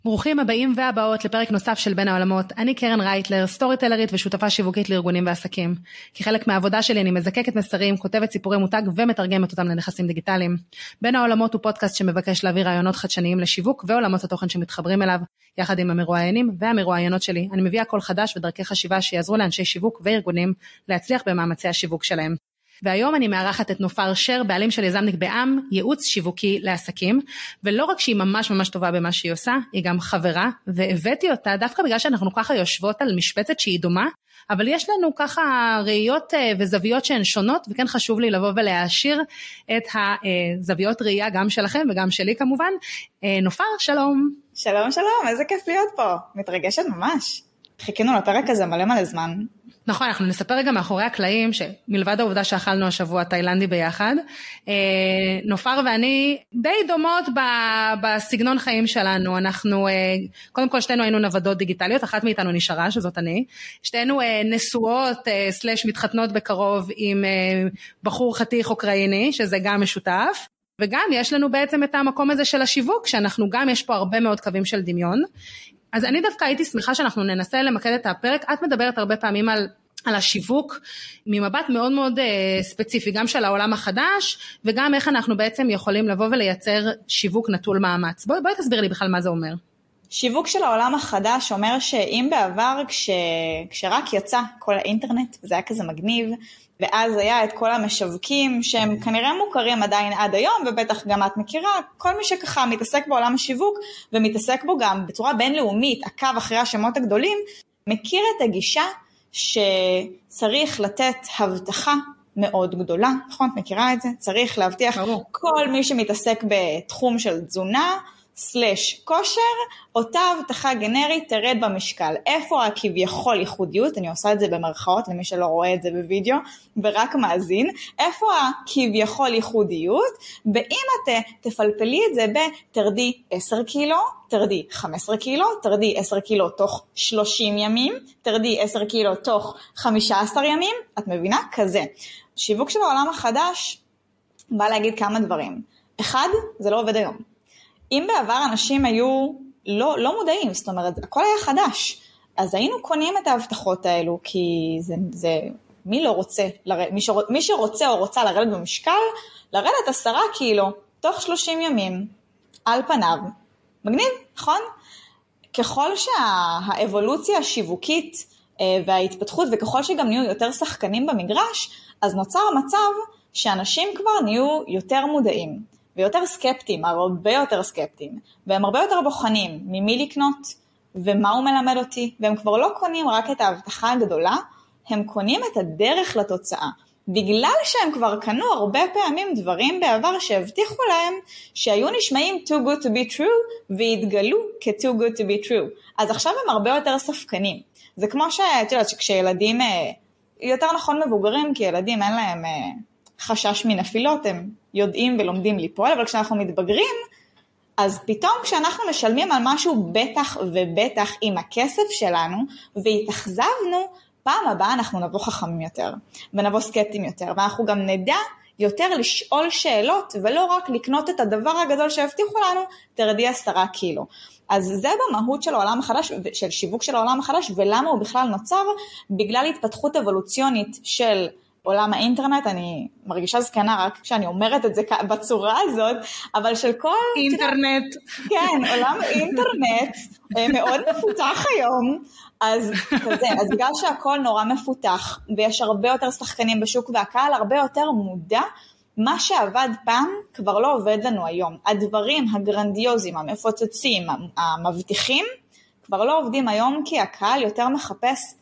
ברוכים הבאים והבאות לפרק נוסף של בין העולמות. אני קרן רייטלר, סטורי טלרית ושותפה שיווקית לארגונים ועסקים. כחלק מהעבודה שלי אני מזקקת מסרים, כותבת סיפורי מותג ומתרגמת אותם לנכסים דיגיטליים. בין העולמות הוא פודקאסט שמבקש להביא רעיונות חדשניים לשיווק ועולמות התוכן שמתחברים אליו, יחד עם המרואיינים והמרואיינות שלי. אני מביאה קול חדש ודרכי חשיבה שיעזרו לאנשי שיווק וארגונים להצליח במאמצי השיווק שלהם. והיום אני מארחת את נופר שר, בעלים של יזמניק בע"מ, ייעוץ שיווקי לעסקים, ולא רק שהיא ממש ממש טובה במה שהיא עושה, היא גם חברה, והבאתי אותה דווקא בגלל שאנחנו ככה יושבות על משבצת שהיא דומה, אבל יש לנו ככה ראיות וזוויות שהן שונות, וכן חשוב לי לבוא ולהעשיר את הזוויות ראייה גם שלכם וגם שלי כמובן. נופר, שלום. שלום, שלום, איזה כיף להיות פה, מתרגשת ממש. חיכינו לפרק הזה מלא זמן. נכון, אנחנו נספר רגע מאחורי הקלעים, שמלבד העובדה שאכלנו השבוע תאילנדי ביחד, נופר ואני די דומות בסגנון חיים שלנו. אנחנו, קודם כל שתינו היינו נוודות דיגיטליות, אחת מאיתנו נשארה, שזאת אני, שתינו נשואות סלש מתחתנות בקרוב עם בחור חתיך אוקראיני, שזה גם משותף, וגם יש לנו בעצם את המקום הזה של השיווק, שאנחנו גם, יש פה הרבה מאוד קווים של דמיון. אז אני דווקא הייתי שמחה שאנחנו ננסה למקד את הפרק. את מדברת הרבה פעמים על השיווק ממבט מאוד מאוד ספציפי, גם של העולם החדש, וגם איך אנחנו בעצם יכולים לבוא ולייצר שיווק נטול מאמץ. בואי תסביר לי בכלל מה זה אומר. שיווק של העולם החדש אומר שאם בעבר כשרק יצא כל האינטרנט, זה היה כזה מגניב, ואז היה את כל המשווקים שהם כנראה מוכרים עדיין עד היום, ובטח גם את מכירה, כל מי שככה מתעסק בעולם השיווק, ומתעסק בו גם בצורה בינלאומית, עקב אחרי השמות הגדולים, מכיר את הגישה שצריך לתת הבטחה מאוד גדולה, נכון? את מכירה את זה? צריך להבטיח כל מי שמתעסק בתחום של תזונה, סלש כושר, אותה הבטחה גנרית תרד במשקל. איפה הכביכול ייחודיות? אני עושה את זה במרכאות למי שלא רואה את זה בווידאו ורק מאזין. איפה הכביכול ייחודיות? באם את תפלפלי את זה בתרדי 10 קילו, תרדי 15 קילו, תרדי 10 קילו תוך 30 ימים, תרדי 10 קילו תוך 15 ימים, את מבינה? כזה. שיווק של העולם החדש בא להגיד כמה דברים. אחד, זה לא עובד היום. אם בעבר אנשים היו לא מודעים, זאת אומרת, הכל היה חדש, אז היינו קונים את ההבטחות האלו, כי זה מי לא רוצה, מי שרוצה או רוצה לרדת במשקל, לרדת 10 קילו, תוך 30 ימים, על פניו, מגניב, נכון? ככל שהאבולוציה השיווקית וההתפתחות, וככל שגם נהיו יותר שחקנים במגרש, אז נוצר מצב שאנשים כבר נהיו יותר מודעים, ויותר סקפטיים, הרבה יותר סקפטיים, והם הרבה יותר בוחנים ממי לקנות, ומה הוא מלמד אותי, והם כבר לא קונים רק את ההבטחה הגדולה, הם קונים את הדרך לתוצאה, בגלל שהם כבר קנו הרבה פעמים דברים בעבר שהבטיחו להם, שהיו נשמעים too good to be true, והתגלו כ-too good to be true, אז עכשיו הם הרבה יותר ספקנים, זה כמו שאת יודעת, שכשילדים, יותר נכון מבוגרים, כי ילדים אין להם חשש מנפילות, הם יודעים ולומדים ליפול, אבל כשאנחנו מתבגרים, אז פתאום כשאנחנו משלמים על משהו בטח ובטח עם הכסף שלנו, והתאכזבנו, פעם הבאה אנחנו נבוא חכמים יותר, ונבוא סקפטיים יותר, ואנחנו גם נדע יותר לשאול שאלות, ולא רק לקנות את הדבר הגדול שהבטיחו לנו, תרדי 10 קילו. אז זה במהות של העולם החדש, של שיווק של העולם החדש, ולמה הוא בכלל נוצר? בגלל התפתחות אבולוציונית של עולם האינטרנט. אני מרגישה זקנה רק כשאני אומרת את זה בצורה הזאת, אבל של כל אינטרנט. כן, עולם אינטרנט מאוד מפותח היום, אז כזה, אז בגלל שהכל נורא מפותח, ויש הרבה יותר שחקנים בשוק, והקהל הרבה יותר מודע, מה שעבד פעם כבר לא עובד לנו היום. הדברים הגרנדיוזיים, המפוצצים, המבטיחים, כבר לא עובדים היום, כי הקהל יותר מחפש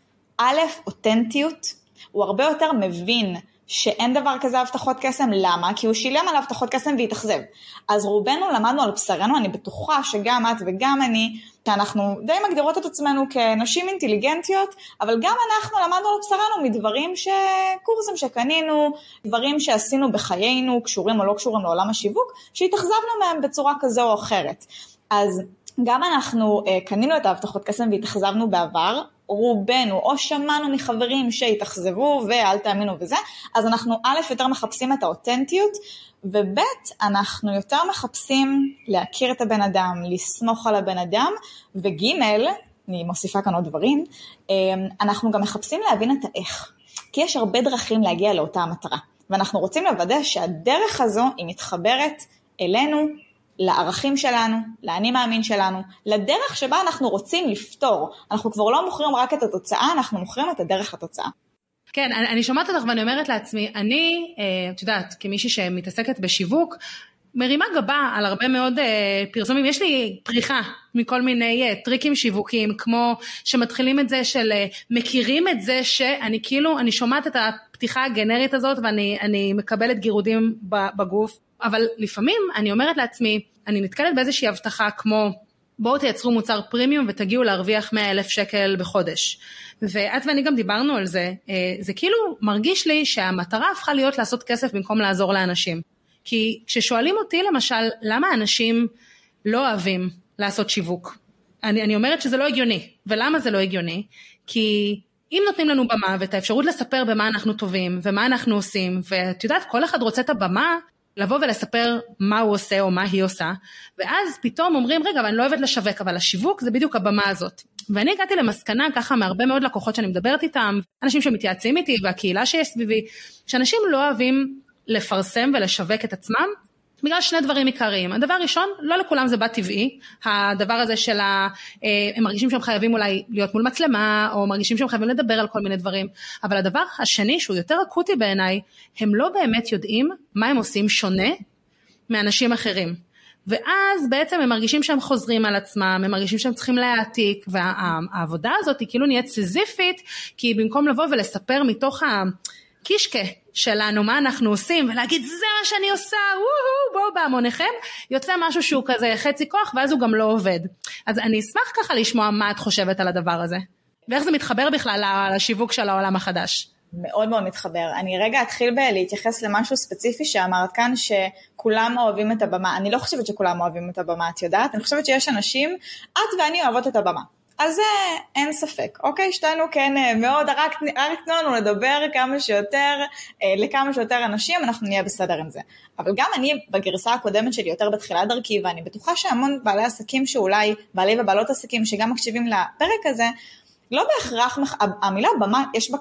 אותנטיות, הוא הרבה יותר מבין שאין דבר כזה הבטחות קסם. למה? כי הוא שילם על הבטחות קסם והתאכזב. אז רובנו למדנו על בשרנו, אני בטוחה שגם את וגם אני, שאנחנו די מגדירות את עצמנו כנשים אינטליגנטיות, אבל גם אנחנו למדנו על בשרנו מדברים קורסים שקנינו, דברים שעשינו בחיינו, קשורים או לא קשורים לעולם השיווק, שהתאכזבנו מהם בצורה כזו או אחרת. אז גם אנחנו קנינו את ההבטחות קסם והתאכזבנו בעבר, רובנו, או שמענו מחברים שהתאכזבו ואל תאמינו וזה, אז אנחנו א' יותר מחפשים את האותנטיות, וב' אנחנו יותר מחפשים להכיר את הבן אדם, לסמוך על הבן אדם, וג' אני מוסיפה כאן עוד דברים, אנחנו גם מחפשים להבין את האיך, כי יש הרבה דרכים להגיע לאותה המטרה, ואנחנו רוצים לוודא שהדרך הזו היא מתחברת אלינו, לערכים שלנו, לאני מאמין שלנו, לדרך שבה אנחנו רוצים לפתור. אנחנו כבר לא מוכרים רק את התוצאה, אנחנו מוכרים את הדרך לתוצאה. כן, אני שומעת אותך ואני אומרת לעצמי, אני, את יודעת, כמישהי שמתעסקת בשיווק, מרימה גבה על הרבה מאוד פרסומים, יש לי פריחה מכל מיני טריקים שיווקיים, כמו שמתחילים את זה של מכירים את זה שאני כאילו, אני שומעת את הפתיחה הגנרית הזאת ואני מקבלת גירודים בגוף, אבל לפעמים אני אומרת לעצמי, אני נתקלת באיזושהי הבטחה כמו, בואו תייצרו מוצר פרימיום ותגיעו להרוויח 100,000 שקל בחודש. ואת ואני גם דיברנו על זה, זה כאילו מרגיש לי שהמטרה הפכה להיות לעשות כסף במקום לעזור לאנשים. כי כששואלים אותי למשל, למה אנשים לא אוהבים לעשות שיווק? אני אומרת שזה לא הגיוני. ולמה זה לא הגיוני? כי אם נותנים לנו במה ואת האפשרות לספר במה אנחנו טובים ומה אנחנו עושים, ואת יודעת, כל אחד רוצה את הבמה, לבוא ולספר מה הוא עושה או מה היא עושה, ואז פתאום אומרים, רגע, אבל אני לא אוהבת לשווק, אבל השיווק זה בדיוק הבמה הזאת. ואני הגעתי למסקנה ככה מהרבה מאוד לקוחות שאני מדברת איתם, אנשים שמתייעצים איתי והקהילה שיש סביבי, שאנשים לא אוהבים לפרסם ולשווק את עצמם, בגלל שני דברים עיקריים. הדבר הראשון, לא לכולם זה בא טבעי, הדבר הזה של הם מרגישים שהם חייבים אולי להיות מול מצלמה, או מרגישים שהם חייבים לדבר על כל מיני דברים, אבל הדבר השני שהוא יותר אקוטי בעיניי, הם לא באמת יודעים מה הם עושים שונה מאנשים אחרים. ואז בעצם הם מרגישים שהם חוזרים על עצמם, הם מרגישים שהם צריכים להעתיק, והעבודה הזאת היא כאילו נהיית סיזיפית, כי במקום לבוא ולספר מתוך קישקה שלנו, מה אנחנו עושים, ולהגיד, זה מה שאני עושה, בואו בהמוניכם, יוצא משהו שהוא כזה חצי כוח, ואז הוא גם לא עובד. אז אני אשמח ככה לשמוע מה את חושבת על הדבר הזה, ואיך זה מתחבר בכלל לשיווק של העולם החדש. מאוד מאוד מתחבר. אני רגע אתחיל להתייחס למשהו ספציפי שאמרת כאן, שכולם אוהבים את הבמה. אני לא חושבת שכולם אוהבים את הבמה, את יודעת? אני חושבת שיש אנשים, את ואני אוהבות את הבמה. אז זה אין ספק, אוקיי? שתינו כן מאוד, רק תנו לנו לדבר כמה שיותר, לכמה שיותר אנשים, אנחנו נהיה בסדר עם זה. אבל גם אני בגרסה הקודמת שלי יותר בתחילת דרכי, ואני בטוחה שהמון בעלי עסקים שאולי, בעלי ובעלות עסקים שגם מקשיבים לפרק הזה, לא בהכרח, המילה במה יש בה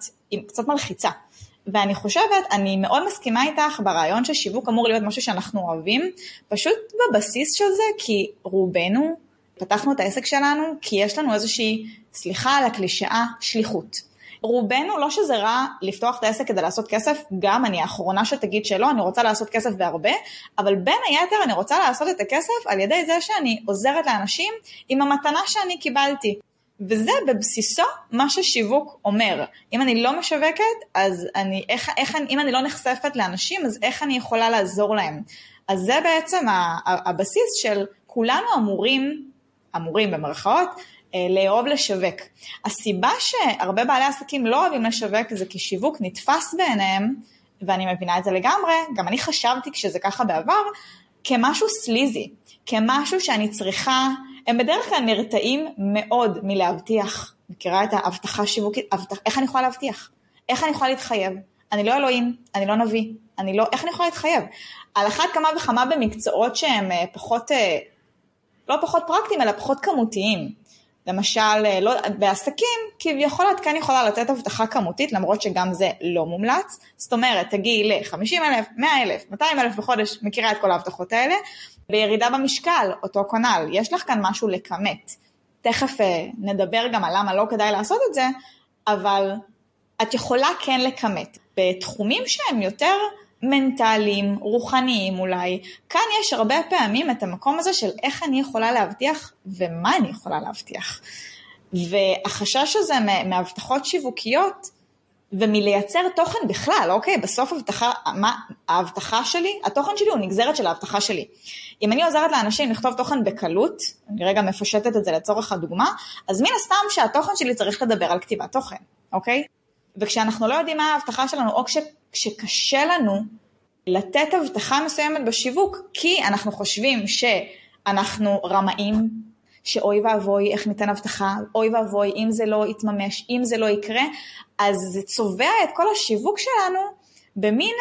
קצת מלחיצה. ואני חושבת, אני מאוד מסכימה איתך ברעיון ששיווק אמור להיות משהו שאנחנו אוהבים, פשוט בבסיס של זה, כי רובנו פתחנו את העסק שלנו, כי יש לנו איזושהי, סליחה על הקלישאה, שליחות. רובנו, לא שזה רע לפתוח את העסק כדי לעשות כסף, גם אני האחרונה שתגיד שלא, אני רוצה לעשות כסף בהרבה, אבל בין היתר אני רוצה לעשות את הכסף על ידי זה שאני עוזרת לאנשים עם המתנה שאני קיבלתי. וזה בבסיסו מה ששיווק אומר. אם אני לא משווקת, אז אם אני לא נחשפת לאנשים, אז איך אני יכולה לעזור להם? אז זה בעצם הבסיס של כולנו אמורים במרכאות, לאהוב לשווק. הסיבה שהרבה בעלי עסקים לא אוהבים לשווק, זה כי שיווק נתפס בעיניהם, ואני מבינה את זה לגמרי, גם אני חשבתי כשזה ככה בעבר, כמשהו סליזי, כמשהו שאני צריכה, הם בדרך כלל נרתעים מאוד מלהבטיח, מכירה את ההבטחה שיווקית, איך אני יכולה להבטיח? איך אני יכולה להתחייב? אני לא אלוהים, אני לא נביא, איך אני יכולה להתחייב? על אחת כמה וכמה במקצועות שהם לא פחות פרקטיים, אלא פחות כמותיים. למשל, בעסקים, כביכול את כן יכולה לתת הבטחה כמותית, למרות שגם זה לא מומלץ. זאת אומרת, תגיעי ל-50,000, 100,000, 200,000 בחודש, מכירה את כל ההבטחות האלה. בירידה במשקל, אותו קונל, יש לך כאן משהו לכמת. תכף נדבר גם על למה לא כדאי לעשות את זה, אבל את יכולה כן לכמת. בתחומים שהם יותר מנטליים, רוחניים אולי, כאן יש הרבה פעמים את המקום הזה של איך אני יכולה להבטיח ומה אני יכולה להבטיח. והחשש הזה מהבטחות שיווקיות ומלייצר תוכן בכלל, אוקיי, בסוף ההבטחה שלי, התוכן שלי הוא נגזרת של ההבטחה שלי. אם אני עוזרת לאנשים לכתוב תוכן בקלות, אני רגע מפשטת את זה לצורך הדוגמה, אז מן הסתם שהתוכן שלי צריך לדבר על כתיבת תוכן, אוקיי? וכשאנחנו לא יודעים מה ההבטחה שלנו, או כשקשה לנו לתת הבטחה מסוימת בשיווק, כי אנחנו חושבים שאנחנו רמאים, שאוי ואבוי איך ניתן הבטחה, אוי ואבוי אם זה לא יתממש, אם זה לא יקרה, אז זה צובע את כל השיווק שלנו במין,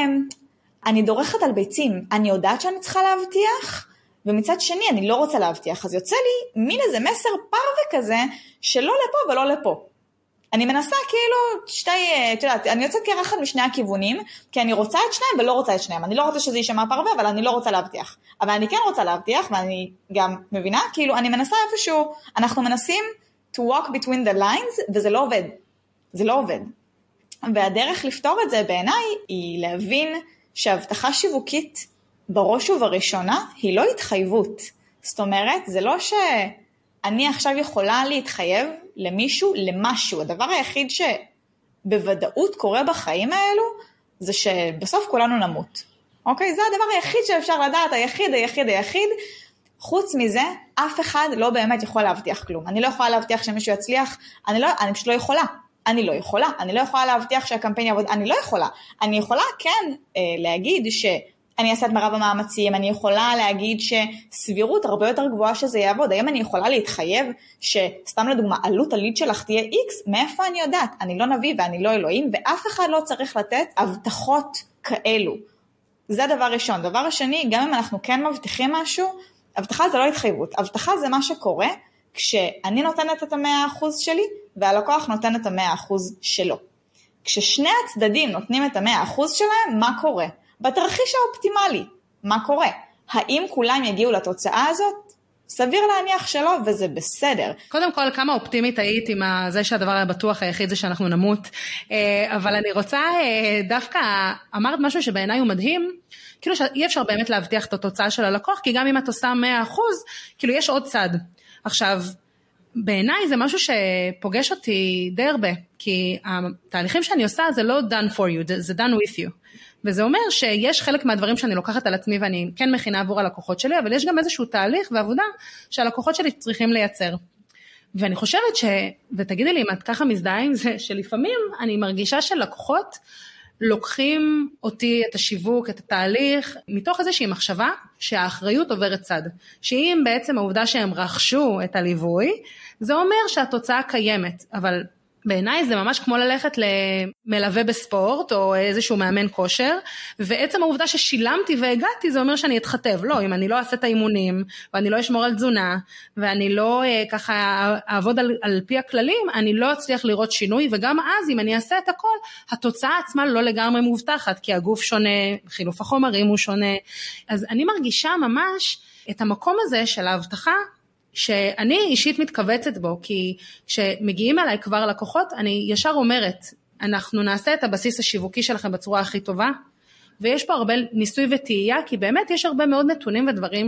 אני דורכת על ביצים, אני יודעת שאני צריכה להבטיח, ומצד שני אני לא רוצה להבטיח, אז יוצא לי מין איזה מסר פרווה כזה, שלא לפה ולא לפה. אני מנסה כאילו אני יוצאת כרחת משני הכיוונים, כי אני רוצה את שניים ולא רוצה את שניהם. אני לא רוצה שזה יישמע פרווה, אבל אני לא רוצה להבטיח. אבל אני כן רוצה להבטיח, ואני גם מבינה, כאילו אני מנסה איפשהו, אנחנו מנסים to walk between the lines, וזה לא עובד. זה לא עובד. והדרך לפתור את זה בעיניי, היא להבין שהבטחה שיווקית, בראש ובראשונה, היא לא התחייבות. זאת אומרת, זה לא שאני עכשיו יכולה להתחייב למישהו, למשהו. הדבר היחיד שבוודאות קורה בחיים האלו, זה שבסוף כולנו נמות. אוקיי? זה הדבר היחיד שאפשר לדעת, היחיד. חוץ מזה, אף אחד לא באמת יכול להבטיח כלום. אני לא יכולה להבטיח שמישהו יצליח, אני פשוט לא יכולה. אני לא יכולה להבטיח שהקמפיין יעבוד, אני לא יכולה. אני יכולה כן להגיד שאני אעשה את מרב המאמצים, אני יכולה להגיד שסבירות הרבה יותר גבוהה שזה יעבוד. היום אני יכולה להתחייב שסתם לדוגמה, עלות הליד שלך תהיה X, מאיפה אני יודעת? אני לא נביא ואני לא אלוהים, ואף אחד לא צריך לתת הבטחות כאלו. זה הדבר ראשון. דבר השני, גם אם אנחנו כן מבטיחים משהו, הבטחה זה לא התחייבות. הבטחה זה מה שקורה כשאני נותנת את 100% שלי, והלקוח נותן את 100% שלו. כששני הצדדים נותנים את 100% שלהם, מה קורה? בתרחיש האופטימלי, מה קורה? האם כולם יגיעו לתוצאה הזאת? סביר להניח שלא, וזה בסדר. קודם כל, כמה אופטימית היית עם זה שהדבר הבטוח היחיד זה שאנחנו נמות, אבל אני רוצה דווקא, אמרת משהו שבעיניי הוא מדהים, כאילו שאי אפשר באמת להבטיח את התוצאה של הלקוח, כי גם אם את עושה 100%, כאילו יש עוד צד. עכשיו, בעיניי זה משהו שפוגש אותי די הרבה, כי התהליכים שאני עושה זה לא done for you, זה done with you. וזה אומר שיש חלק מהדברים שאני לוקחת על עצמי ואני כן מכינה עבור הלקוחות שלי, אבל יש גם איזשהו תהליך ועבודה שהלקוחות שלי צריכים לייצר. ואני חושבת ותגידי לי אם את ככה מזדהה עם זה, שלפעמים אני מרגישה שלקוחות לוקחים אותי את השיווק, את התהליך, מתוך איזושהי מחשבה שהאחריות עוברת צד. שאם בעצם העובדה שהם רכשו את הליווי, זה אומר שהתוצאה קיימת, אבל בעיניי זה ממש כמו ללכת למלווה בספורט או איזשהו מאמן כושר, ועצם העובדה ששילמתי והגעתי זה אומר שאני אתחתב. לא, אם אני לא אעשה את האימונים, ואני לא אשמור על תזונה, ואני לא ככה אעבוד על פי הכללים, אני לא אצליח לראות שינוי, וגם אז אם אני אעשה את הכל, התוצאה עצמה לא לגמרי מובטחת, כי הגוף שונה, חילוף החומרים הוא שונה. אז אני מרגישה ממש את המקום הזה של ההבטחה, שאני אישית מתכווצת בו, כי כשמגיעים אליי כבר לקוחות, אני ישר אומרת, אנחנו נעשה את הבסיס השיווקי שלכם בצורה הכי טובה, ויש פה הרבה ניסוי וטעייה, כי באמת יש הרבה מאוד נתונים ודברים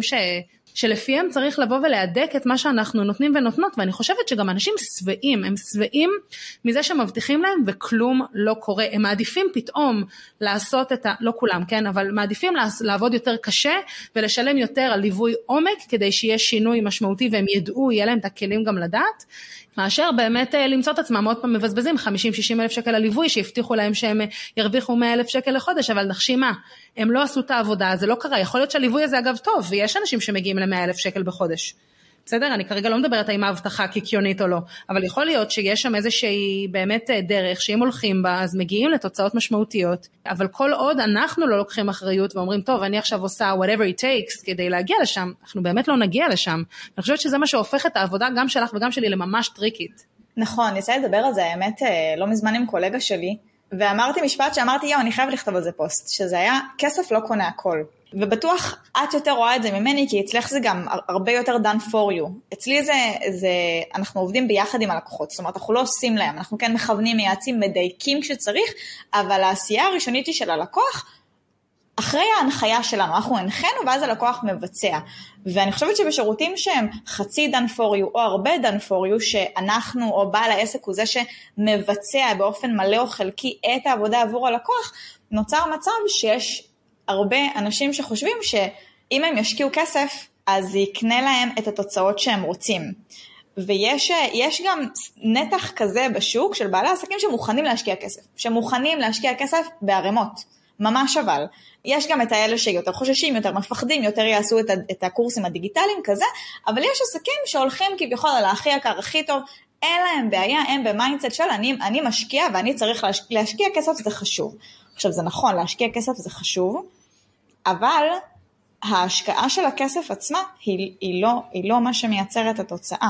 שלפיהם צריך לבוא ולהדק את מה שאנחנו נותנים ונותנות, ואני חושבת שגם אנשים שבעים, הם שבעים מזה שמבטיחים להם וכלום לא קורה, הם מעדיפים פתאום לעשות לא כולם, כן, אבל מעדיפים לעבוד יותר קשה ולשלם יותר על ליווי עומק, כדי שיהיה שינוי משמעותי והם ידעו, יהיה להם את הכלים גם לדעת, מאשר באמת למצוא את עצמם עוד פעם מבזבזים 50-60 אלף שקל על ליווי, שהבטיחו להם שהם ירוויחו 100,000 שקל לחודש, אבל נחשים מה, הם לא עשו את העבודה, זה לא קרה, יכול להיות שהליווי הזה אגב טוב, ויש אנשים שמגיעים ל100,000 שקל בחודש, בסדר? אני כרגע לא מדברת האם ההבטחה קיקיונית או לא, אבל יכול להיות שיש שם איזושהי באמת דרך, שאם הולכים בה, אז מגיעים לתוצאות משמעותיות, אבל כל עוד אנחנו לא לוקחים אחריות, ואומרים, טוב, אני עכשיו עושה whatever it takes, כדי להגיע לשם, אנחנו באמת לא נגיע לשם. אני חושבת שזה מה שהופך את העבודה, גם שלך וגם שלי, לממש טריקית. נכון, ניסה לדבר על זה, האמת, לא מזמן עם קולגה שלי, ואמרתי משפט שאמרתי, אני חייב לכתוב על זה פוסט, שזה היה, כסף לא קונה הכל. ובטוח את יותר רואה את זה ממני, כי אצלך זה גם הרבה יותר done for you. אצלי זה אנחנו עובדים ביחד עם הלקוחות, זאת אומרת, אנחנו לא עושים להם, אנחנו כן מכוונים, מייעצים, מדייקים כשצריך, אבל העשייה הראשונית היא של הלקוח, אחרי ההנחיה שלנו, אנחנו הנחנו, ואז הלקוח מבצע. ואני חושבת שבשירותים שהם חצי done for you, או הרבה done for you, שאנחנו או בעל העסק הוא זה שמבצע באופן מלא או חלקי את העבודה עבור הלקוח, נוצר מצב שיש הרבה אנשים שחושבים שאם הם ישקיעו כסף, אז זה יקנה להם את התוצאות שהם רוצים. ויש גם נתח כזה בשוק של בעלי עסקים שמוכנים להשקיע כסף, שמוכנים להשקיע כסף בערימות. ממש אבל. יש גם את האלה שיותר חוששים, יותר מפחדים, יותר יעשו את הקורסים הדיגיטליים כזה, אבל יש עסקים שהולכים כביכול על הכי יקר, הכי טוב, אין להם בעיה, הם במיינדסט של אני משקיע ואני צריך להשקיע כסף, זה חשוב. עכשיו זה נכון, להשקיע כסף זה חשוב, אבל ההשקעה של הכסף עצמה היא לא מה שמייצר את התוצאה.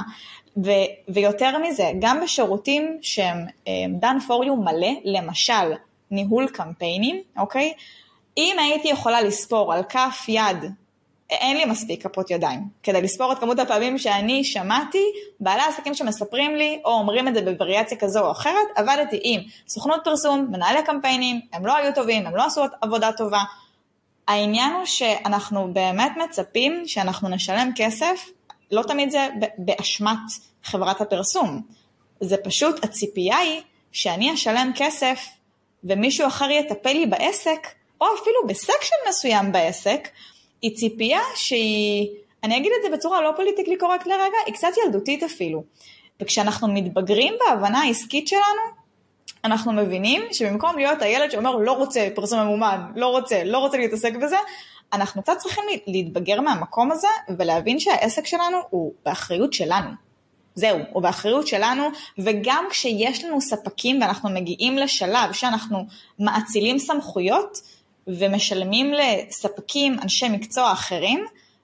ויותר מזה, גם בשירותים שהם done for you מלא, למשל ניהול קמפיינים, אוקיי? אם הייתי יכולה לספור על כף יד, אין לי מספיק כפות ידיים, כדי לספור את כמות הפעמים שאני שמעתי, בעלי העסקים שמספרים לי, או אומרים את זה בווריאציה כזו או אחרת, עבדתי עם סוכנות פרסום, מנהלי קמפיינים, הם לא היו טובים, הם לא עשו עבודה טובה. העניין הוא שאנחנו באמת מצפים שאנחנו נשלם כסף, לא תמיד זה באשמת חברת הפרסום, זה פשוט הציפייה היא שאני אשלם כסף, ומישהו אחר יטפל לי בעסק, או אפילו בסקשן מסוים בעסק, היא ציפייה שהיא, אני אגיד את זה בצורה לא פוליטיקלי קורקט לרגע, היא קצת ילדותית אפילו. וכשאנחנו מתבגרים בהבנה העסקית שלנו, אנחנו מבינים שבמקום להיות הילד שאומר לא רוצה פרסום ממומן, לא רוצה להתעסק בזה, אנחנו קצת צריכים להתבגר מהמקום הזה, ולהבין שהעסק שלנו הוא באחריות שלנו. זהו, הוא באחריות שלנו, וגם כשיש לנו ספקים ואנחנו מגיעים לשלב שאנחנו מאצילים סמכויות, ומשלמים לספקים, אנשי מקצוע אחרים,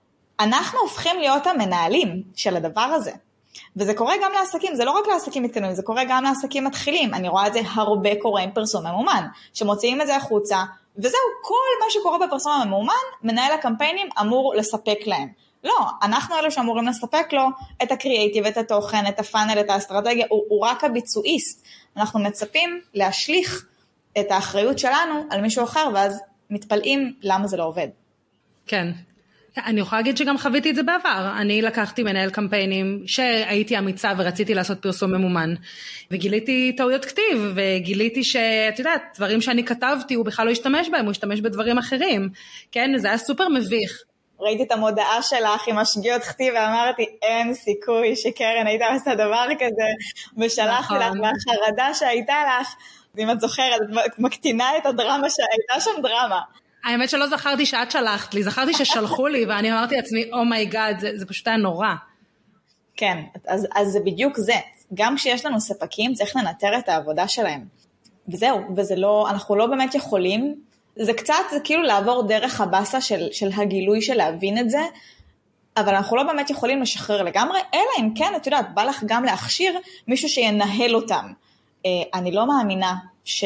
אנחנו הופכים להיות המנהלים של הדבר הזה. וזה קורה גם לעסקים, זה לא רק לעסקים מתקדמים, זה קורה גם לעסקים מתחילים. אני רואה את זה הרבה קורה עם פרסום ממומן, שמוציאים את זה החוצה, וזהו, כל מה שקורה בפרסום הממומן, מנהל הקמפיינים אמור לספק להם. לא, אנחנו אלו שאמורים לספק לו את הקריאייטיב, את התוכן, את הפאנל, את האסטרטגיה, הוא רק הביצועיסט. אנחנו מצפים להשליך את האחריות שלנו על מישהו אחר, ואז מתפלאים למה זה לא עובד. כן. אני יכולה להגיד שגם חוויתי את זה בעבר. אני לקחתי מנהל קמפיינים שהייתי אמיצה ורציתי לעשות פרסום ממומן, וגיליתי טעויות כתיב, וגיליתי שאת יודעת, דברים שאני כתבתי הוא בכלל לא השתמש בהם, הוא השתמש בדברים אחרים. כן, זה היה סופר מביך. ראיתי את המודעה שלך עם השגיאות כתיב, ואמרתי, אין סיכוי שקרן הייתה עושה דבר כזה, ושלחתי לך מהחרדה שהייתה לך, אם את זוכרת, את מקטינה את הדרמה שהייתה שם דרמה. האמת שלא זכרתי שאת שלחת לי, זכרתי ששלחו לי, ואני אמרתי לעצמי, אומייגאד, זה פשוט היה נורא. כן, אז זה בדיוק זה. גם כשיש לנו ספקים, צריך לנטר את העבודה שלהם. וזהו, וזה לא, אנחנו לא באמת יכולים, זה קצת, זה כאילו לעבור דרך הבאסה של הגילוי של להבין את זה, אבל אנחנו לא באמת יכולים לשחרר לגמרי, אלא אם כן, את יודעת, בא לך גם להכשיר מישהו שינהל אותם. אני לא מאמינה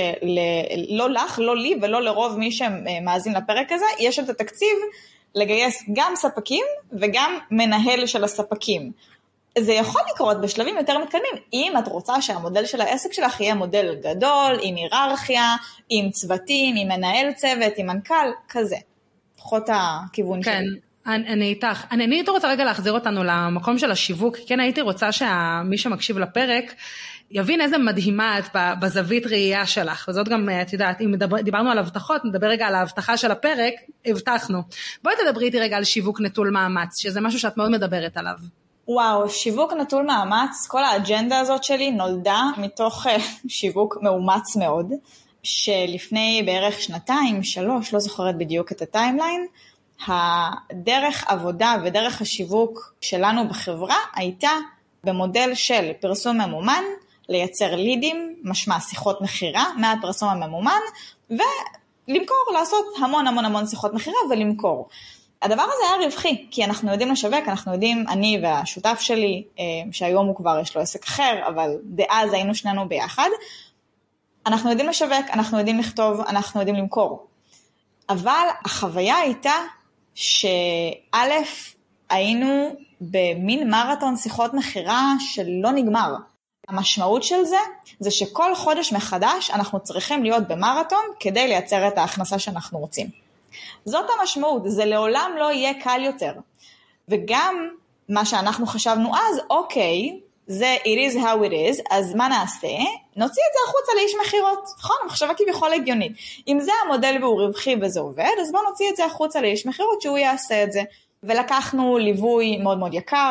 שלא לך, לא לי ולא לרוב מי שמאזין לפרק הזה, יש את התקציב לגייס גם ספקים וגם מנהל של הספקים. זה יכול לקרות בשלבים יותר מתקדמים, אם את רוצה שהמודל של העסק שלך יהיה מודל גדול, עם היררכיה, עם צוותים, עם מנהל צוות, עם מנכ"ל, כזה. פחות הכיוון כן. שלי. אני איתך. אני הייתי רוצה רגע להחזיר אותנו למקום של השיווק, כן הייתי רוצה שמי שמקשיב לפרק, יבין איזה מדהימה את בזווית ראייה שלך, וזאת גם, את יודעת, אם דיברנו על הבטחות, נדבר רגע על ההבטחה של הפרק, הבטחנו. בואי תדברי איתי רגע על שיווק נטול מאמץ, שזה משהו שאת מאוד מדברת עליו. וואו, שיווק נטול מאמץ, כל האג'נדה הזאת שלי נולדה מתוך שיווק מאומץ מאוד, שלפני בערך 2-3, לא זוכרת בדיוק את הטיימליין, הדרך עבודה ודרך השיווק שלנו בחברה הייתה במודל של פרסום ממומן, לייצר לידים, משמע שיחות מחירה מהפרסום הממומן, ולמכור, לעשות המון שיחות מחירה ולמכור. הדבר הזה היה רווחי, כי אנחנו יודעים לשווק, אנחנו יודעים, אני והשותף שלי, שהיום הוא כבר יש לו עסק אחר, אבל דאז היינו שנינו ביחד, אנחנו יודעים לשווק, אנחנו יודעים לכתוב, אנחנו יודעים למכור. אבל החוויה הייתה שא' היינו במין מרתון שיחות מחירה שלא נגמר. המשמעות של זה שכל חודש מחדש אנחנו צריכים להיות במרתון כדי לייצר את ההכנסה שאנחנו רוצים. זאת המשמעות, זה לעולם לא יהיה קל יותר. וגם מה שאנחנו חשבנו אז, אוקיי, זה it is how it is, אז מה נעשה? נוציא את זה החוצה לאיש מחירות. נכון, המחשבה כביכול הגיונית. אם זה המודל והוא רווחי וזה עובד, אז בוא נוציא את זה החוצה לאיש מחירות שהוא יעשה את זה. ולקחנו ליווי מאוד מאוד יקר,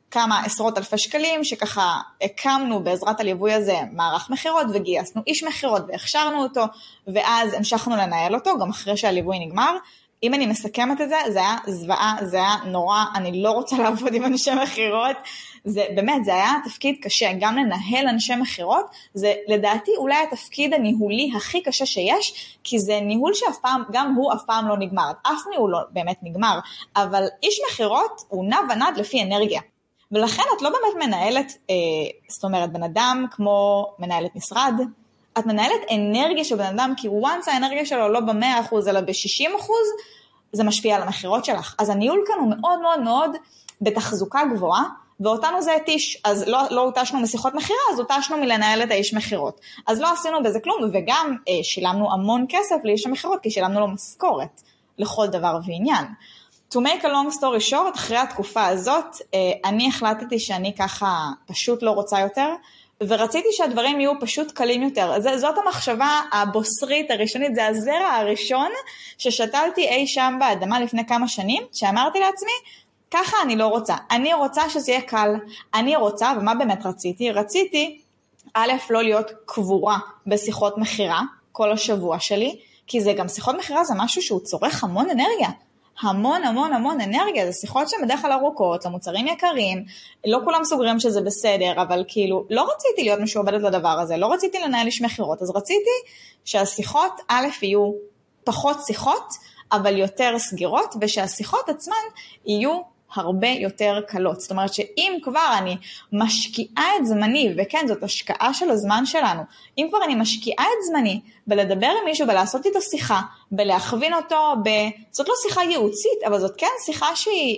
כמה עשרות אלפי שקלים, שככה הקמנו בעזרת הליווי הזה מערך מחירות, וגייסנו איש מחירות והכשרנו אותו, ואז המשכנו לנהל אותו, גם אחרי שהליווי נגמר. אם אני מסכמת את זה, זה היה זוועה, זה היה נורא, אני לא רוצה לעבוד עם אנשי מחירות, זה באמת, זה היה תפקיד קשה, גם לנהל אנשי מחירות, זה לדעתי אולי התפקיד הניהולי הכי קשה שיש, כי זה ניהול שאף פעם, גם הוא אף פעם לא נגמר, אף ניהול לא באמת נגמר, אבל איש מחירות הוא נע ונד לפי אנרגיה, ולכן את לא באמת מנהלת, זאת אומרת, בן אדם כמו מנהלת משרד, את מנהלת אנרגיה של בן אדם, כי once האנרגיה שלו לא ב100% אלא ב60%, זה משפיע על המחירות שלך. אז הניהול כאן הוא מאוד מאוד מאוד בתחזוקה גבוהה, ואותנו זה התיש, אז לא הותשנו משיחות מחירה, אז הותשנו מלנהל את האיש מחירות. אז לא עשינו בזה כלום, וגם שילמנו המון כסף לאיש המחירות, כי שילמנו לו משכורת לכל דבר ועניין. To make a long story short, אחרי התקופה הזאת, אני החלטתי שאני ככה פשוט לא רוצה יותר, ורציתי שהדברים יהיו פשוט קלים יותר. זאת המחשבה הבוסרית הראשונית, זה הזרע הראשון ששתלתי אי שם באדמה לפני כמה שנים, שאמרתי לעצמי, ככה אני לא רוצה. אני רוצה שזה יהיה קל. אני רוצה, ומה באמת רציתי? רציתי, א', לא להיות קבורה בשיחות מחירה כל השבוע שלי, כי זה גם שיחות מחירה, זה משהו שהוא צורך המון אנרגיה. המון המון המון אנרגיה, זה שיחות שהן בדרך כלל ארוכות, למוצרים יקרים, לא כולם סוגרים שזה בסדר, אבל כאילו לא רציתי להיות משועבדת לדבר הזה, לא רציתי לנהל איש מחירות, אז רציתי שהשיחות א' יהיו פחות שיחות, אבל יותר סגירות, ושהשיחות עצמן יהיו הרבה יותר קלות. זאת אומרת שאם כבר אני משקיעה את זמני, וכן זאת השקעה של הזמן שלנו, אם כבר אני משקיעה את זמני בלדבר עם מישהו, בלעשות איתו שיחה, בלהכווין אותו, זאת לא שיחה ייעוצית, אבל זאת כן שיחה שהיא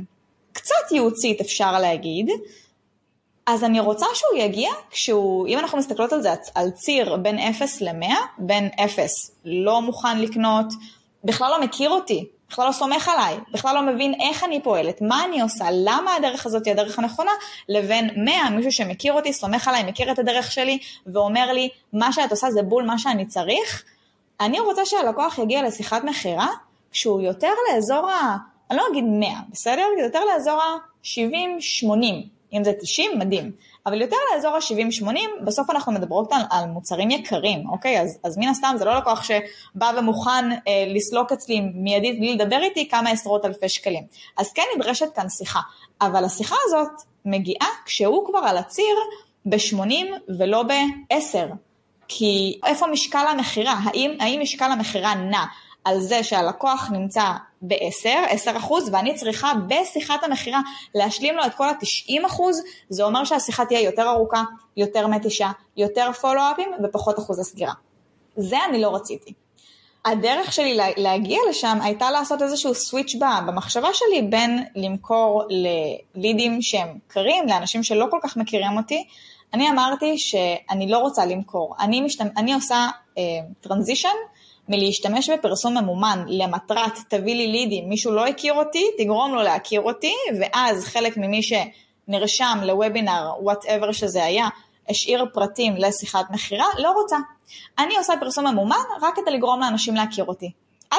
קצת ייעוצית אפשר להגיד, אז אני רוצה שהוא יגיע כשהוא, אם אנחנו מסתכלות על זה, על ציר בין 0 ל-100, בין 0 לא מוכן לקנות, בכלל לא מכיר אותי, בכלל לא סומך עליי, בכלל לא מבין איך אני פועלת, מה אני עושה, למה הדרך הזאת היא הדרך הנכונה, לבין 100, מישהו שמכיר אותי, סומך עליי, מכיר את הדרך שלי, ואומר לי, מה שאת עושה זה בול מה שאני צריך. אני רוצה שהלקוח יגיע לשיחת מחירה, כשהוא יותר לאזור אני לא אגיד 100, בסדר? יותר לאזור ה-70-80, אם זה 90, מדהים. אבל יותר לאזור ה-70-80, בסוף אנחנו מדברות על מוצרים יקרים, אוקיי? אז מן הסתם זה לא לקוח שבא ומוכן לסלוק אצלי מיידית בלי לדבר איתי כמה עשרות אלפי שקלים. אז כן נדרשת כאן שיחה, אבל השיחה הזאת מגיעה כשהוא כבר על הציר ב-80 ולא ב-10. כי איפה משקל המחירה? האם משקל המחירה נע על זה שהלקוח נמצא ב-10%, ואני צריכה בשיחת המחירה להשלים לו את כל ה-90%, זה אומר שהשיחה תהיה יותר ארוכה, יותר מתישה, יותר פולו-אפים ופחות אחוז הסגירה. זה אני לא רציתי. הדרך שלי להגיע לשם הייתה לעשות איזשהו סוויץ' במחשבה שלי, בין למכור ללידים שהם קרים, לאנשים שלא כל כך מכירים אותי. אני אמרתי שאני לא רוצה למכור, אני עושה טרנזישן, מלהשתמש בפרסום ממומן למטרת תביא לי לידים, מישהו לא הכיר אותי, תגרום לו להכיר אותי, ואז חלק ממי שנרשם לוובינר, whatever שזה היה, השאיר פרטים לשיחת מחירה, לא רוצה. אני עושה פרסום ממומן רק כדי לגרום לאנשים להכיר אותי.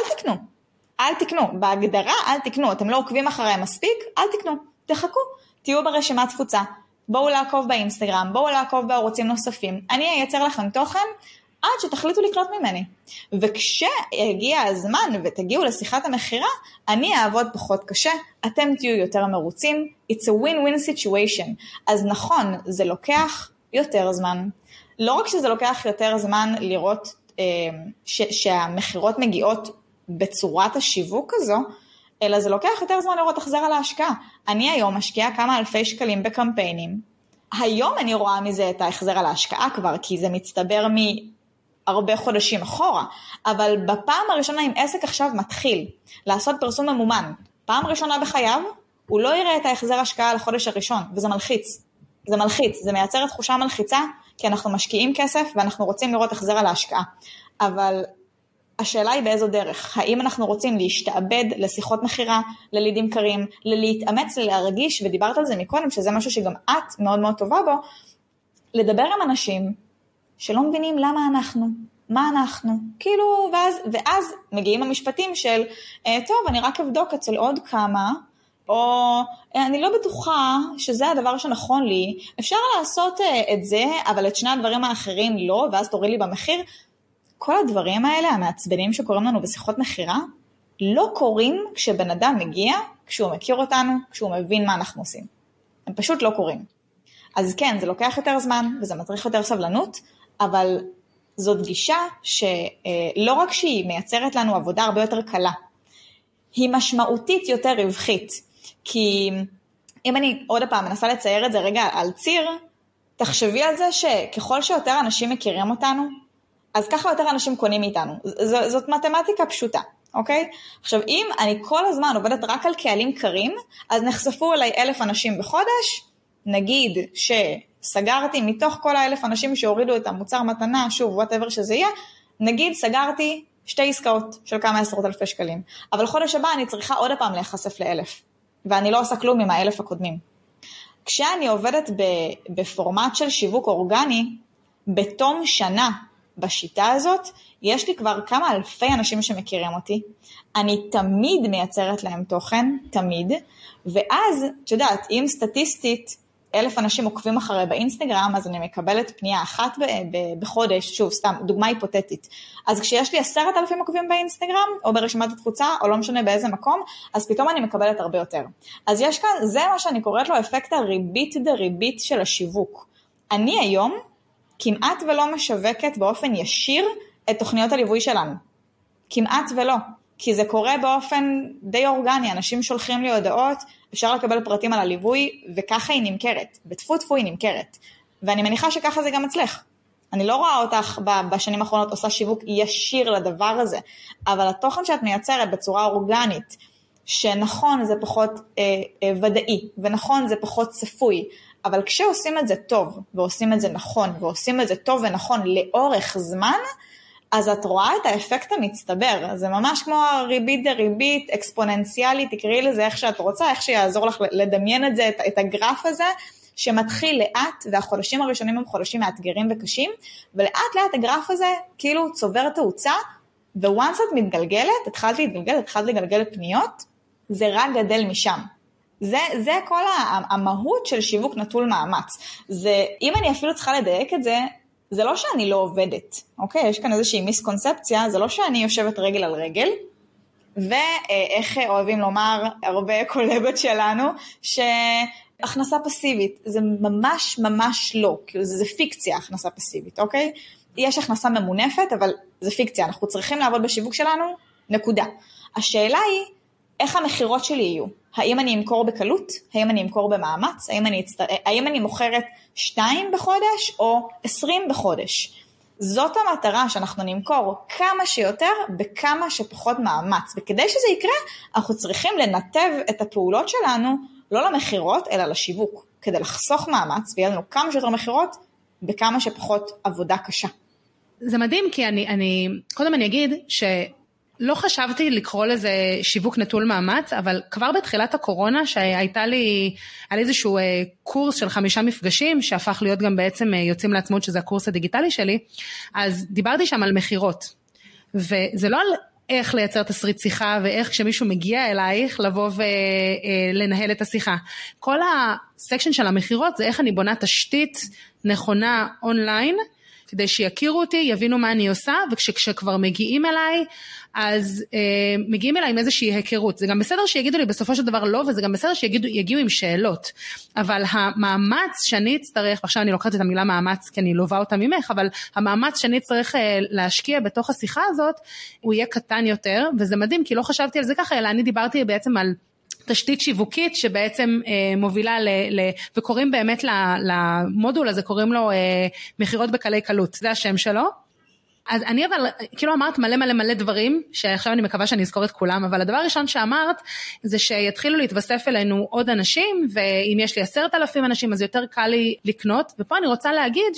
אל תקנו, בהגדרה אל תקנו, אתם לא עוקבים אחריהם מספיק, אל תקנו, תחכו, תהיו ברשימת תפוצה, בואו לעקוב באינסטגרם, בואו לעקוב בערוצים נוספים, אני אייצר לכם תוכן, עד שתחליטו לקנות ממני. וכשהגיע הזמן ותגיעו לשיחת המחירה, אני אעבוד פחות קשה, אתם תהיו יותר מרוצים, it's a win-win situation. אז נכון, זה לוקח יותר זמן. לא רק שזה לוקח יותר זמן לראות שהמחירות מגיעות בצורת השיווק הזו, אלא זה לוקח יותר זמן לראות החזר על ההשקעה. אני היום משקיעה כמה אלפי שקלים בקמפיינים, היום אני רואה מזה את ההחזר על ההשקעה כבר, כי זה מצטבר הרבה חודשים אחורה, אבל בפעם הראשונה אם עסק עכשיו מתחיל לעשות פרסום ממומן, פעם ראשונה בחייו, הוא לא יראה את ההחזר השקעה לחודש הראשון, וזה מלחיץ. זה מייצר תחושה מלחיצה, כי אנחנו משקיעים כסף, ואנחנו רוצים לראות החזר על ההשקעה. אבל השאלה היא באיזו דרך, האם אנחנו רוצים להשתעבד לשיחות מחירה, ללידים קרים, להתאמץ, להרגיש, ודיברת על זה מקודם, שזה משהו שגם את מאוד מאוד טובה בו, לדבר עם אנשים, שלא מבינים למה אנחנו, מה אנחנו, כאילו, ואז מגיעים המשפטים של, טוב, אני רק אבדוק אצל עוד כמה, או אני לא בטוחה שזה הדבר שנכון לי, אפשר לעשות את זה, אבל את שני הדברים האחרים לא, ואז תוריד לי במחיר. כל הדברים האלה, המעצבנים שקוראים לנו בשיחות מחירה, לא קורים כשבן אדם מגיע, כשהוא מכיר אותנו, כשהוא מבין מה אנחנו עושים. הם פשוט לא קורים. אז כן, זה לוקח יותר זמן, וזה מצריך יותר סבלנות, אבל זאת גישה שלא רק שהיא מייצרת לנו עבודה הרבה יותר קלה, היא משמעותית יותר רווחית, כי אם אני עוד פעם מנסה לצייר את זה רגע על ציר, תחשבי על זה שככל שיותר אנשים מכירים אותנו, אז ככה יותר אנשים קונים מאיתנו. זאת מתמטיקה פשוטה, אוקיי? עכשיו, אם אני כל הזמן עובדת רק על קהלים קרים, אז נחשפו אליי 1,000 אנשים בחודש, נגיד שסגרתי מתוך כל 1,000 אנשים שהורידו את המוצר מתנה, שוב, whatever שזה יהיה, נגיד סגרתי 2 עסקאות של כמה עשרות אלפי שקלים. אבל חודש הבא אני צריכה עוד פעם להיחשף ל1,000, ואני לא עושה כלום עם 1,000 הקודמים. כשאני עובדת בפורמט של שיווק אורגני, בתום שנה בשיטה הזאת, יש לי כבר כמה אלפי אנשים שמכירים אותי, אני תמיד מייצרת להם תוכן, תמיד, ואז, את יודעת, אם סטטיסטית 1,000 אנשים עוקבים אחרי באינסטגרם, אז אני מקבלת פנייה אחת בחודש, שוב, סתם, דוגמה היפותטית. אז כשיש לי 10,000 עוקבים באינסטגרם, או ברשימת התפוצה, או לא משנה באיזה מקום, אז פתאום אני מקבלת הרבה יותר. אז יש כאן, זה מה שאני קוראת לו, אפקט הריבית דריבית של השיווק. אני היום כמעט ולא משווקת באופן ישיר את תוכניות הליווי שלנו. כמעט ולא. כי זה קורה באופן די אורגני, אנשים שולחים לי הודעות, אפשר לקבל פרטים על הליווי, וככה היא נמכרת, בטפו היא נמכרת, ואני מניחה שככה זה גם אצלך. אני לא רואה אותך בשנים האחרונות עושה שיווק ישיר לדבר הזה, אבל התוכן שאת מייצרת בצורה אורגנית, שנכון זה פחות ודאי, ונכון זה פחות צפוי, אבל כשעושים את זה טוב, ועושים את זה נכון, ועושים את זה טוב ונכון לאורך זמן, אז את רואה את האפקט המצטבר, זה ממש כמו ריבית דריבית, אקספוננציאלית, תקראי לזה איך שאת רוצה, איך שיעזור לך לדמיין את זה, את הגרף הזה, שמתחיל לאט, והחודשים הראשונים הם חודשים מאתגרים וקשים, ולאט לאט הגרף הזה כאילו צובר תאוצה, וואנס את מתגלגלת, התחלת לגלגל פניות, זה רק גדל משם. זה כל המהות של שיווק נטול מאמץ. זה, אם אני אפילו צריכה לדייק את זה, זה לא שאני לא עובדת, אוקיי? יש כאן איזושהי מיסקונספציה, זה לא שאני יושבת רגל על רגל, ואיך אוהבים לומר הרבה קולגות שלנו, שהכנסה פסיבית, זה ממש ממש לא, כאילו זה פיקציה הכנסה פסיבית, אוקיי? יש הכנסה ממונפת, אבל זה פיקציה, אנחנו צריכים לעבוד בשיווק שלנו, נקודה. השאלה היא, איך המחירות שלי יהיו? האם אני אמכור בקלות? האם אני אמכור במאמץ? האם אני מוכרת 2 בחודש או 20 בחודש? זאת המטרה שאנחנו נמכור כמה שיותר בכמה שפחות מאמץ. וכדי שזה יקרה, אנחנו צריכים לנתב את הפעולות שלנו, לא למחירות, אלא לשיווק, כדי לחסוך מאמץ, ויהיה לנו כמה שיותר מחירות בכמה שפחות עבודה קשה. זה מדהים, כי קודם אני אגיד לא חשבתי לקרוא לזה שיווק נטול מאמץ, אבל כבר בתחילת הקורונה, שהייתה לי על איזשהו קורס של 5 מפגשים, שהפך להיות גם בעצם יוצאים לעצמאות, שזה הקורס הדיגיטלי שלי, אז דיברתי שם על מחירות, וזה לא על איך לייצר תסריט שיחה, ואיך כשמישהו מגיע אלייך, לבוא ולנהל את השיחה. כל הסקשן של המחירות, זה איך אני בונה תשתית נכונה אונליין, כדי שיכירו אותי, יבינו מה אני עושה, וכשכבר מגיעים אליי, אז מגיעים אליי עם איזושהי היכרות. זה גם בסדר שיגידו לי בסופו של דבר לא, וזה גם בסדר שיגיעו עם שאלות. אבל המאמץ שאני אצטרך, ועכשיו אני לוקחת את המילה מאמץ, כי אני לובה אותה ממך, אבל המאמץ שאני אצטרך להשקיע בתוך השיחה הזאת, הוא יהיה קטן יותר, וזה מדהים, כי לא חשבתי על זה ככה, אלא אני דיברתי בעצם על תשתית שיווקית שבעצם מובילה וקוראים באמת למודול הזה, קוראים לו מחירות בקלי קלות, זה השם שלו. אז אני אבל, כאילו אמרת מלא דברים, שעכשיו אני מקווה שאני אזכור את כולם, אבל הדבר הראשון שאמרת, זה שיתחילו להתווסף אלינו עוד אנשים, ואם יש לי 10,000 אנשים, אז יותר קל לי לקנות, ופה אני רוצה להגיד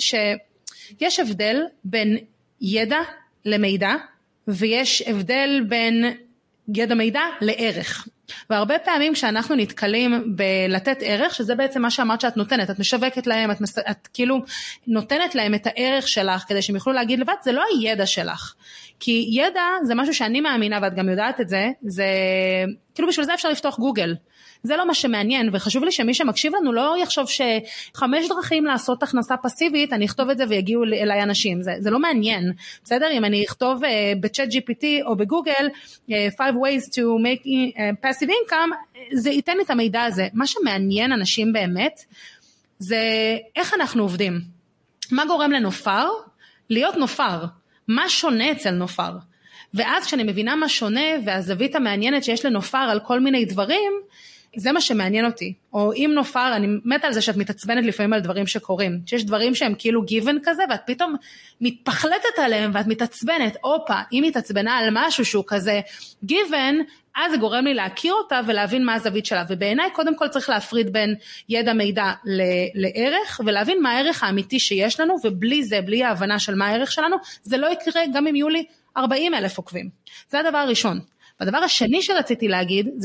שיש הבדל בין ידע למידע, ויש הבדל בין ידע מידע לערך. והרבה פעמים כשאנחנו נתקלים בלתת ערך, שזה בעצם מה שאמרת שאת נותנת, את משווקת להם, את כאילו נותנת להם את הערך שלך, כדי שהם יוכלו להגיד לבד, זה לא הידע שלך. כי ידע זה משהו שאני מאמינה, ואת גם יודעת את זה, זה כאילו בשביל זה אפשר לפתוח גוגל. זה לא מה שמעניין, וחשוב לי שמי שמקשיב לנו לא יחשוב ש5 דרכים לעשות הכנסה פסיבית, אני אכתוב את זה ויגיעו אליי אנשים, זה לא מעניין, בסדר? אם אני אכתוב בצ'אט GPT או בגוגל, 5 ways to make passive income, זה ייתן לי את המידע הזה. מה שמעניין אנשים באמת, זה איך אנחנו עובדים. מה גורם לנופר? להיות נופר. מה שונה אצל נופר? ואז כשאני מבינה מה שונה, והזווית המעניינת שיש לנופר על כל מיני דברים, זה מה שמעניין אותי. או אם נופר, אני מתה על זה שאת מתעצבנת לפעמים על דברים שקורים. שיש דברים שהם כאילו גיוון כזה, ואת פתאום מתפחלטת עליהם, ואת מתעצבנת. אופה, אם מתעצבנה על משהו שהוא כזה גיוון, אז זה גורם לי להכיר אותה ולהבין מה הזווית שלה. ובעיניי קודם כל צריך להפריד בין ידע מידע לערך, ולהבין מה הערך האמיתי שיש לנו, ובלי זה, בלי ההבנה של מה הערך שלנו, זה לא יקרה גם אם יהיו לי 40,000 עוקבים. זה הדבר הראשון. והדבר השני שרציתי להגיד, זה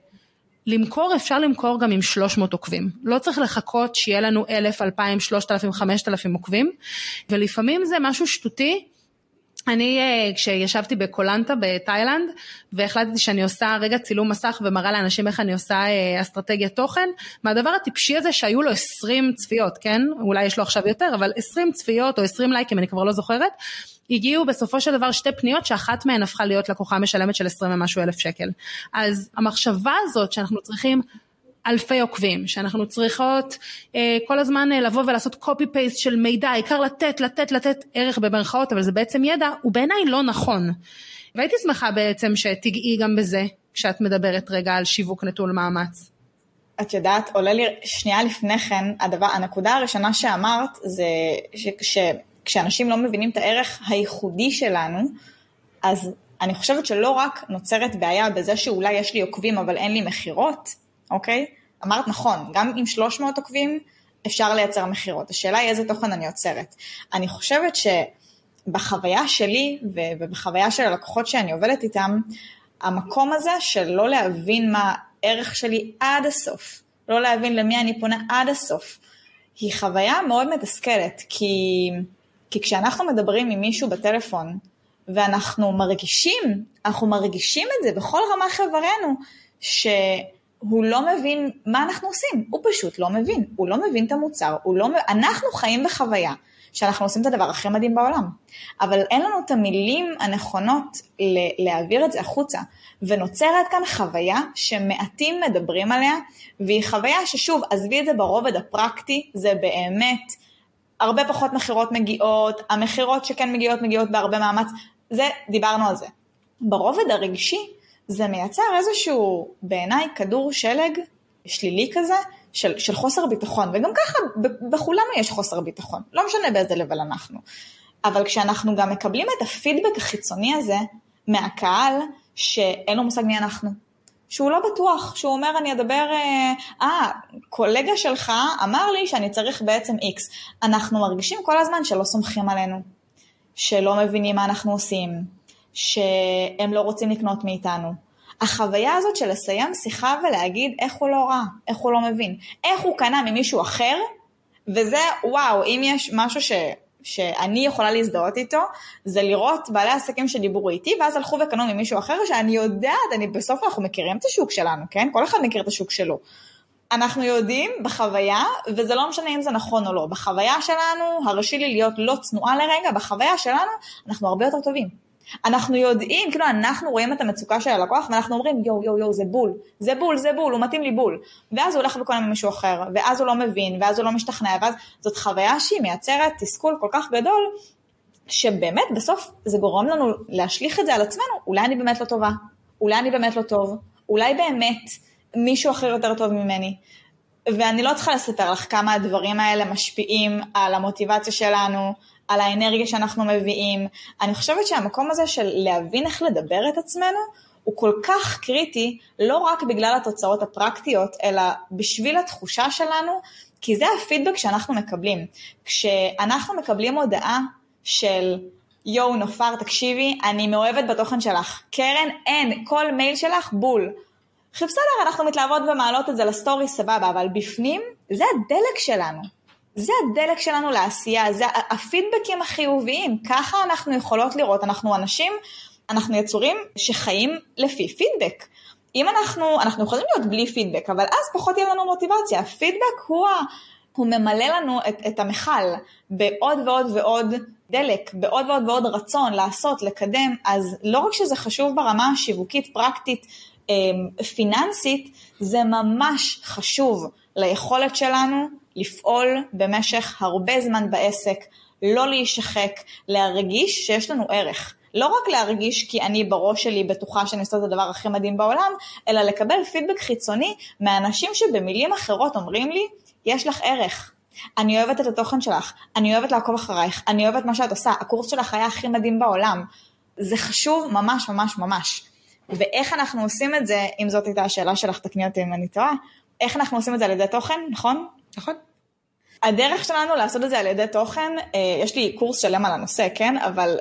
למכור, אפשר למכור גם עם 300 עוקבים. לא צריך לחכות שיהיה לנו 1,000, 2,000, 3,000, 5,000 עוקבים, ולפעמים זה משהו שטותי. אני כשישבתי בקולנטה בתאילנד, והחלטתי שאני עושה רגע צילום מסך, ומראה לאנשים איך אני עושה אסטרטגיית תוכן, מהדבר הטיפשי הזה שהיו לו 20 צפיות, כן? אולי יש לו עכשיו יותר, אבל 20 צפיות או 20 לייקים, אני כבר לא זוכרת, הגיעו בסופו של דבר 2 פניות, שאחת מהן הפכה להיות לקוחה משלמת של 20 ומשהו אלף שקל. אז המחשבה הזאת שאנחנו צריכים אלפי עוקבים, שאנחנו צריכות כל הזמן לבוא ולעשות קופי פייסט של מידע, העיקר לתת ערך במרכאות, אבל זה בעצם ידע, הוא בעיניי לא נכון. והייתי שמחה בעצם שתגעי גם בזה, כשאת מדברת רגע על שיווק נטול מאמץ. את יודעת, עולה לי שנייה לפני כן, הנקודה הראשונה שאמרת, זה כשאנשים לא מבינים את הערך הייחודי שלנו, אז אני חושבת שלא רק נוצרת בעיה בזה שאולי יש לי עוקבים, אבל אין לי מחירות, אוקיי? אמרת נכון, גם עם 300 עוקבים אפשר לייצר מחירות. השאלה היא איזה תוכן אני יוצרת. אני חושבת שבחוויה שלי ובחוויה של הלקוחות שאני עובדת איתם, המקום הזה של לא להבין מה הערך שלי עד הסוף, לא להבין למי אני פונה עד הסוף, היא חוויה מאוד מתסכלת, כי כשאנחנו מדברים עם מישהו בטלפון, ואנחנו מרגישים את זה בכל רמה חברנו, שהוא לא מבין מה אנחנו עושים, הוא פשוט לא מבין, הוא לא מבין את המוצר, אנחנו חיים בחוויה, שאנחנו עושים את הדבר הכי מדהים בעולם, אבל אין לנו את המילים הנכונות להעביר את זה החוצה, ונוצרת כאן חוויה שמעטים מדברים עליה, והיא חוויה ששוב, עזבי את זה ברובד הפרקטי, זה באמת הרבה פחות מחירות מגיעות, המחירות שכן מגיעות בהרבה מאמץ, זה, דיברנו על זה. ברובד הרגשי, זה מייצר איזשהו, בעיניי, כדור שלג שלילי כזה, של חוסר ביטחון, וגם ככה בכולנו יש חוסר ביטחון, לא משנה באיזה לבל אנחנו. אבל כשאנחנו גם מקבלים את הפידבק החיצוני הזה, מהקהל, שאין לו מושג מי אנחנו, שהוא לא בטוח, שהוא אומר אני אדבר, קולגה שלך אמר לי שאני צריך בעצם X, אנחנו מרגישים כל הזמן שלא סומכים עלינו, שלא מבינים מה אנחנו עושים, שהם לא רוצים לקנות מאיתנו. החוויה הזאת של לסיים שיחה ולהגיד איך הוא לא רע, איך הוא לא מבין, איך הוא קנה ממישהו אחר, וזה וואו, אם יש משהו שאני יכולה להזדהות איתו, זה לראות בעלי עסקים שדיברו איתי, ואז הלכו וקנו ממישהו אחר, שאני יודעת, בסוף אנחנו מכירים את השוק שלנו, כן? כל אחד מכיר את השוק שלו. אנחנו יודעים בחוויה, וזה לא משנה אם זה נכון או לא, בחוויה שלנו, הרשי לי להיות לא צנועה לרגע, בחוויה שלנו, אנחנו הרבה יותר טובים. אנחנו יודעים, כאילו אנחנו רואים את המצוקה של הלקוח, ואנחנו אומרים, יו, זה בול, הוא מתאים לי בול. ואז הוא הולך וקונה ממישהו אחר, ואז הוא לא מבין, ואז הוא לא משתכנע, ואז זאת חוויה שהיא מייצרת תסכול כל כך גדול, שבאמת בסוף זה גורם לנו להשליך את זה על עצמנו, אולי אני באמת לא טובה, אולי אני באמת לא טוב, אולי באמת מישהו אחר יותר טוב ממני. ואני לא צריכה לספר לך כמה הדברים האלה משפיעים על המוטיבציה שלנו, על האנרגיה שאנחנו מביאים. אני חושבת שהמקום הזה של להבין איך לדבר את עצמנו, הוא כל כך קריטי, לא רק בגלל התוצאות הפרקטיות, אלא בשביל התחושה שלנו, כי זה הפידבק שאנחנו מקבלים. כשאנחנו מקבלים הודעה של, יו נופר, תקשיבי, אני מאוהבת בתוכן שלך. קרן, אין, כל מייל שלך בול. בסדר, אנחנו מתלהבות ומעלות את זה לסטורי, סבבה, אבל בפנים, זה הדלק שלנו. זה הדלק שלנו לעשייה, זה הפידבקים החיוביים, ככה אנחנו יכולות לראות, אנחנו אנשים, אנחנו יצורים שחיים לפי פידבק, אם אנחנו יכולים להיות בלי פידבק, אבל אז פחות יהיה לנו מוטיבציה. הפידבק הוא ממלא לנו את המחל בעוד ועוד ועוד דלק, בעוד ועוד ועוד רצון לעשות, לקדם. אז לא רק שזה חשוב ברמה שיווקית, פרקטית, פיננסית, זה ממש חשוב ליכולת שלנו לפעול במשך הרבה זמן בעסק, לא להישחק, להרגיש שיש לנו ערך. לא רק להרגיש כי אני בראש שלי בטוחה שאני עושה את הדבר הכי מדהים בעולם, אלא לקבל פידבק חיצוני מהאנשים שבמילים אחרות אומרים לי, יש לך ערך, אני אוהבת את התוכן שלך, אני אוהבת לעקוב אחרייך, אני אוהבת מה שאת עושה, הקורס שלך היה הכי מדהים בעולם. זה חשוב ממש ממש ממש. ואיך אנחנו עושים את זה, אם זאת הייתה השאלה שלך, תקני אותי אם אני טועה, איך אנחנו עושים את זה על ידי תוכן, נכון? נכון. הדרך שלנו לעשות את זה על ידי תוכן, יש לי קורס שלם על הנושא, כן? אבל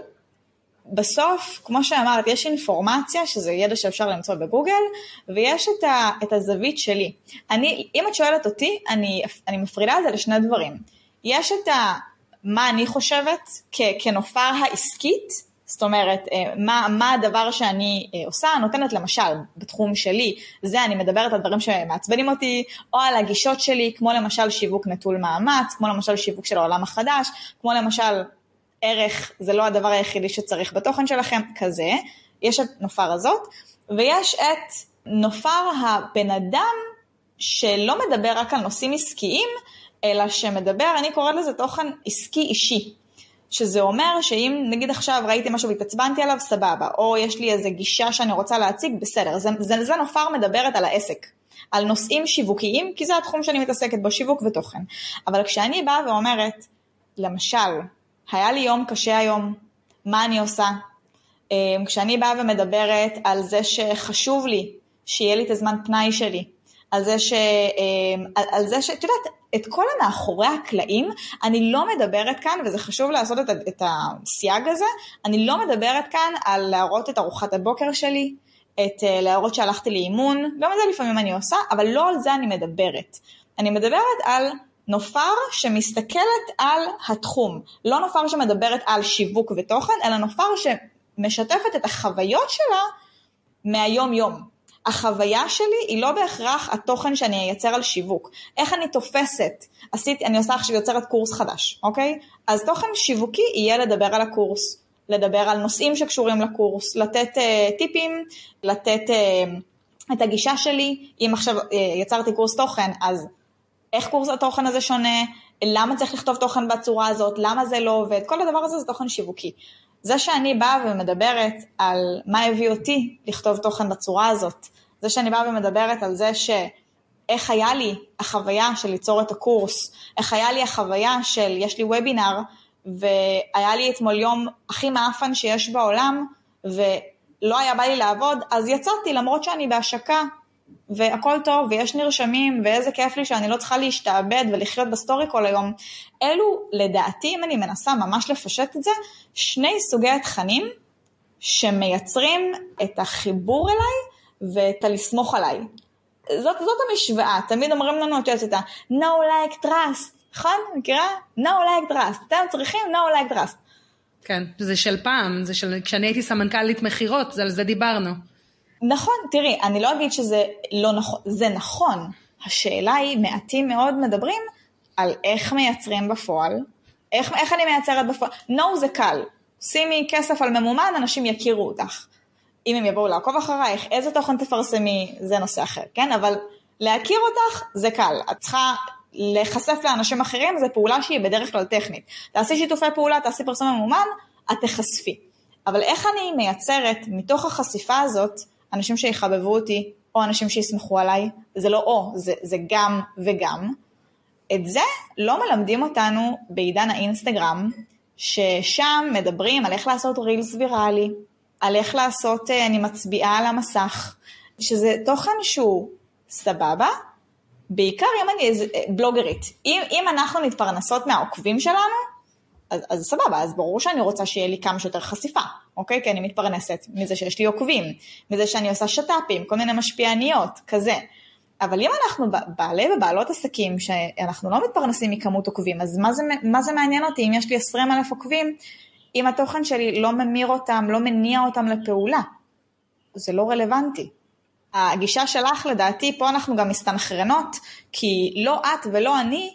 בסוף, כמו שאמרת, יש אינפורמציה, שזה ידע שאפשר למצוא בגוגל, ויש את הזווית שלי. אם את שואלת אותי, אני מפרידה את זה לשני דברים. יש מה אני חושבת כנופר העסקית, זאת אומרת, מה הדבר שאני עושה, נותנת למשל בתחום שלי, זה אני מדברת על דברים שמעצבנים אותי, או על הגישות שלי, כמו למשל שיווק נטול מאמץ, כמו למשל שיווק של העולם החדש, כמו למשל ערך, זה לא הדבר היחידי שצריך בתוכן שלכם, כזה, יש את נופר הזאת, ויש את נופר הבן אדם, שלא מדבר רק על נושאים עסקיים, אלא שמדבר, אני קוראת לזה תוכן עסקי אישי, שזה אומר שאם נגיד עכשיו ראיתי משהו והתעצבנתי עליו, סבבה, או יש לי איזו גישה שאני רוצה להציג, בסדר, זה נופר מדברת על העסק, על נושאים שיווקיים, כי זה התחום שאני מתעסקת בו, שיווק ותוכן. אבל כשאני באה ואומרת, למשל, היה לי יום קשה היום, מה אני עושה? כשאני באה ומדברת על זה שחשוב לי, שיהיה לי את הזמן פנאי שלי, על זה את יודעת, את כל המאחורי הקלעים, אני לא מדברת כאן, וזה חשוב לעשות את הסייג הזה, אני לא מדברת כאן על להראות את ארוחת הבוקר שלי, להראות שהלכתי לאימון, גם זה לפעמים אני עושה, אבל לא על זה אני מדברת. אני מדברת על נופר שמסתכלת על התחום, לא נופר שמדברת על שיווק ותוכן, אלא נופר שמשתפת את החוויות שלה מהיום יום. החוויה שלי היא לא בהכרח התוכן שאני אייצר על שיווק. איך אני תופסת? אני עושה עכשיו יוצרת קורס חדש, אוקיי? אז תוכן שיווקי יהיה לדבר על הקורס, לדבר על נושאים שקשורים לקורס, לתת טיפים, לתת את הגישה שלי. אם עכשיו יצרתי קורס תוכן, אז איך קורס התוכן הזה שונה? למה צריך לכתוב תוכן בצורה הזאת? למה זה לא עובד? כל הדבר הזה זה תוכן שיווקי. זה שאני באה ומדברת על מה הביא אותי לכתוב תוכן בצורה הזאת, זה שאני באה ומדברת על זה שאיך היה לי החוויה של ליצור את הקורס, איך היה לי החוויה של יש לי וובינר, והיה לי אתמול יום הכי מאפן שיש בעולם, ולא היה בא לי לעבוד, אז יצאתי למרות שאני בהשקה, והכל טוב, ויש נרשמים, ואיזה כיף לי שאני לא צריכה להשתעבד ולחיות בסטורי כל היום. אלו, לדעתי, אם אני מנסה ממש לפשט את זה, שני סוגי התכנים שמייצרים את החיבור אליי ואת הלסמוך עליי. זאת המשוואה, תמיד אומרים לנו את ה- no like trust, נכון? מכירה? no like trust, אתם צריכים no like trust. כן, זה של פעם, כשאני הייתי סמנכ"לית מחירות, על זה דיברנו. נכון, תראי, אני לא אגיד שזה לא נכון, זה נכון. השאלה היא, מעטים מאוד מדברים על איך מייצרים בפועל, איך אני מייצרת בפועל. No זה קל, שימי כסף על ממומן, אנשים יכירו אותך. אם הם יבואו לעקוב אחרייך, איזה תוכן תפרסמי, זה נושא אחר, כן? אבל להכיר אותך זה קל. את צריכה לחשף לאנשים אחרים, זה פעולה שהיא בדרך כלל טכנית. תעשי שיתופי פעולה, תעשי פרסום ממומן, את תחשפי. אבל איך אני מייצרת מתוך החשיפה הזאת, אנשים שיחבבו אותי, או אנשים שיסמכו עליי, זה לא או, זה גם וגם. את זה לא מלמדים אותנו בעידן האינסטגרם, ששם מדברים על איך לעשות רילס ויראלי, על איך לעשות, אני מצביעה על המסך, שזה תוכן שהוא סבבה, בעיקר אם אני בלוגרית. אם אנחנו נתפרנסות מהעוקבים שלנו, אז סבבה, אז ברור שאני רוצה שיהיה לי כמה שיותר חשיפה, אוקיי? כי אני מתפרנסת מזה שיש לי עוקבים, מזה שאני עושה שטאפים, כל מיני משפיעניות, כזה. אבל אם אנחנו בעלי ובעלות עסקים, שאנחנו לא מתפרנסים מכמות עוקבים, אז מה זה מעניין אותי אם יש לי 20,000 עוקבים, אם התוכן שלי לא ממיר אותם, לא מניע אותם לפעולה? זה לא רלוונטי. הגישה שלך לדעתי, פה אנחנו גם מסתנכרנות, כי לא את ולא אני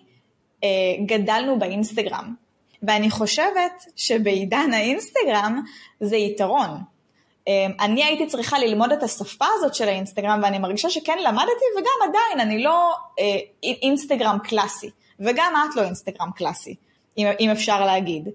גדלנו באינסטגרם. ואני חושבת שבעידן האינסטגרם זה יתרון. אני הייתי צריכה ללמוד את השפה הזאת של האינסטגרם, ואני מרגישה שכן למדתי, וגם עדיין אני לא אינסטגרם קלאסי, וגם את לא אינסטגרם קלאסי, אם אפשר להגיד.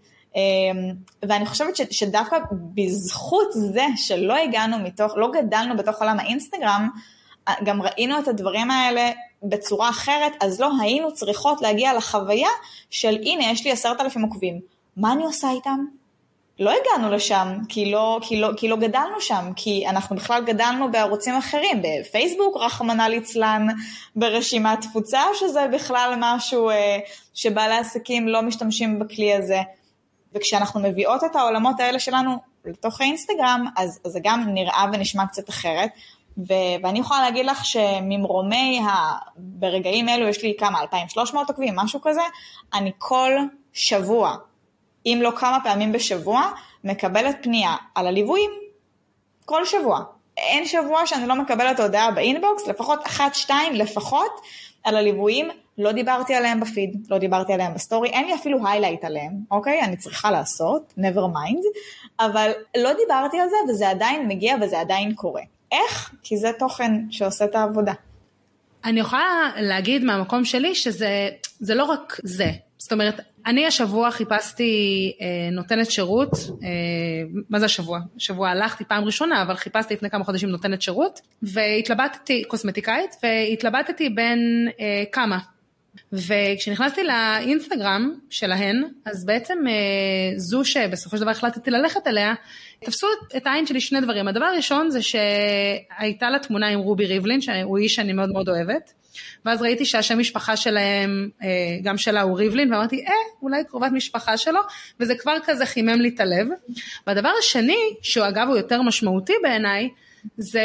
ואני חושבת שדווקא בזכות זה שלא לא גדלנו בתוך עולם האינסטגרם, גם ראינו את הדברים האלה בצורה אחרת, אז לא היינו צריכות להגיע לחוויה של הנה יש לי 10,000 עוקבים, מה אני עושה איתם? לא הגענו לשם, כי לא גדלנו שם, כי אנחנו בכלל גדלנו בערוצים אחרים, בפייסבוק רחמנא ליצלן, ברשימת תפוצה, שזה בכלל משהו שבעלי עסקים לא משתמשים בכלי הזה, וכשאנחנו מביאות את העולמות האלה שלנו לתוך האינסטגרם, אז זה גם נראה ונשמע קצת אחרת, ואני יכולה להגיד לך שממרומי ברגעים אלו יש לי כמה 2,300 עוקבים, משהו כזה, אני כל שבוע, אם לא כמה פעמים בשבוע, מקבלת פנייה על הליוויים, כל שבוע. אין שבוע שאני לא מקבלת הודעה באינבוקס, לפחות 1-2 לפחות על הליוויים, לא דיברתי עליהם בפיד, לא דיברתי עליהם בסטורי, אין לי אפילו highlight עליהם, אוקיי? אני צריכה לעשות, never mind, אבל לא דיברתי על זה, וזה עדיין מגיע וזה עדיין קורה. איך? כי זה תוכן שעושה את העבודה. אני יכולה להגיד מהמקום שלי שזה לא רק זה. זאת אומרת, אני השבוע חיפשתי נותנת שירות, מה זה השבוע? השבוע הלכתי פעם ראשונה, אבל חיפשתי לפני כמה חודשים נותנת שירות, והתלבטתי, קוסמטיקאית, והתלבטתי בין כמה. וכשנכנסתי לאינסטגרם שלהן, אז בעצם זו שבסופו של דבר החלטתי ללכת אליה, תפסו את העין שלי שני דברים. הדבר הראשון זה שהייתה לה תמונה עם רובי ריבלין, שהוא איש שאני מאוד מאוד אוהבת, ואז ראיתי שהשם משפחה שלהם, גם שלה הוא ריבלין, ואמרתי, אולי קרובת משפחה שלו, וזה כבר כזה חימם לי את הלב. והדבר השני, שהוא אגב הוא יותר משמעותי בעיניי, זה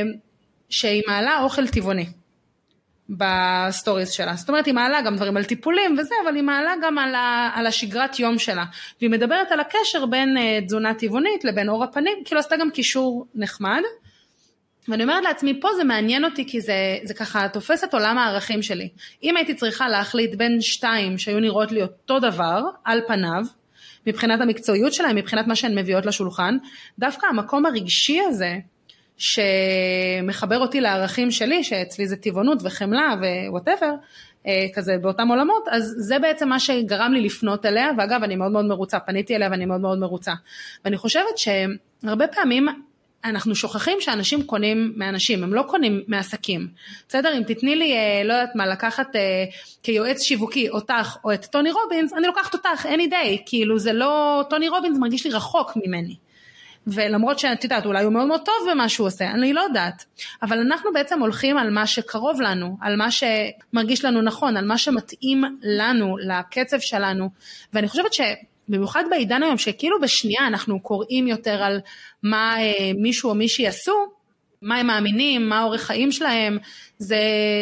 שהיא מעלה אוכל טבעוני. בסטוריז שלה. זאת אומרת, היא מעלה גם דברים על טיפולים וזה, אבל היא מעלה גם על השגרת יום שלה. והיא מדברת על הקשר בין תזונה טבעונית לבין אור הפנים, כאילו עשתה גם קישור נחמד. ואני אומרת לעצמי, פה זה מעניין אותי, כי זה ככה תופס את עולם הערכים שלי. אם הייתי צריכה להחליט בין שתיים שהיו נראות לי אותו דבר, על פניו, מבחינת המקצועיות שלהם, מבחינת מה שהן מביאות לשולחן, דווקא המקום הרגשי הזה, שמחבר אותי לערכים שלי, שאצלי זה טבעונות וחמלה ווואטאבר, כזה באותם עולמות, אז זה בעצם מה שגרם לי לפנות אליה, ואגב אני מאוד מאוד מרוצה, פניתי אליה ואני מאוד מאוד מרוצה, ואני חושבת שהרבה פעמים אנחנו שוכחים שאנשים קונים מאנשים, הם לא קונים מעסקים, בסדר? אם תתני לי, לא יודעת מה, לקחת כיועץ שיווקי אותך או את טוני רובינס, אני לוקחת אותך, any day, כאילו זה לא, טוני רובינס מרגיש לי רחוק ממני, ולמרות שאת יודעת, אולי הוא מאוד מאוד טוב במה שהוא עושה, אני לא יודעת, אבל אנחנו בעצם הולכים על מה שקרוב לנו, על מה שמרגיש לנו נכון, על מה שמתאים לנו, לקצב שלנו, ואני חושבת שבמיוחד בעידן היום, שכאילו בשנייה אנחנו קוראים יותר על מה מישהו או מישהי עשו, מה הם מאמינים, מה אורך חיים שלהם, זה,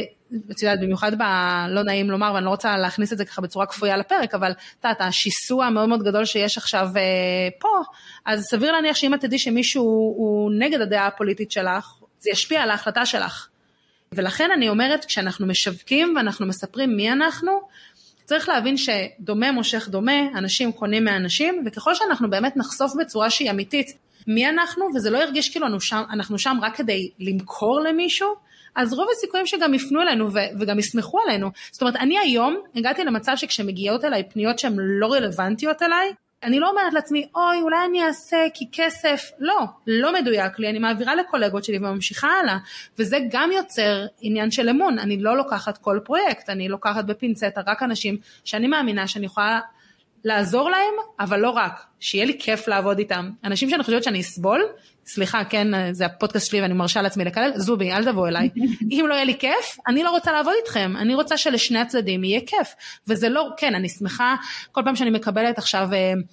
את יודעת, במיוחד לא נעים לומר, ואני לא רוצה להכניס את זה ככה בצורה כפויה לפרק, אבל תעת, השיסוע המאוד מאוד גדול שיש עכשיו פה, אז סביר להניח שאם את תדעי שמישהו הוא נגד הדעה הפוליטית שלך, זה ישפיע על ההחלטה שלך. ולכן אני אומרת, כשאנחנו משווקים ואנחנו מספרים מי אנחנו, צריך להבין שדומה מושך דומה, אנשים קונים מאנשים, וככל שאנחנו באמת נחשוף בצורה שהיא אמיתית, מי אנחנו, וזה לא ירגיש כאילו אנחנו שם רק כדי למכור למישהו, אז רוב הסיכויים שגם יפנו אלינו וגם יסמכו עלינו. זאת אומרת, אני היום הגעתי למצב שכשמגיעות אליי פניות שהן לא רלוונטיות אליי, אני לא אומרת לעצמי, אוי, אולי אני אעשה כי כסף. לא מדויק לי, אני מעבירה לקולגות שלי וממשיכה הלאה, וזה גם יוצר עניין של אמון. אני לא לוקחת כל פרויקט, אני לוקחת בפינצטה רק אנשים שאני מאמינה שאני יכולה לעזור להם, אבל לא רק, שיהיה לי כיף לעבוד איתם. אנשים שאני חושבת שאני אסבול, סליחה, כן, זה הפודקאסט שלי ואני מרשה לעצמי לקלל, זובי, אל תבוא אליי. אם לא יהיה לי כיף, אני לא רוצה לעבוד איתכם, אני רוצה שלשני הצדדים יהיה כיף. וזה לא, כן, אני שמחה, כל פעם שאני מקבלת עכשיו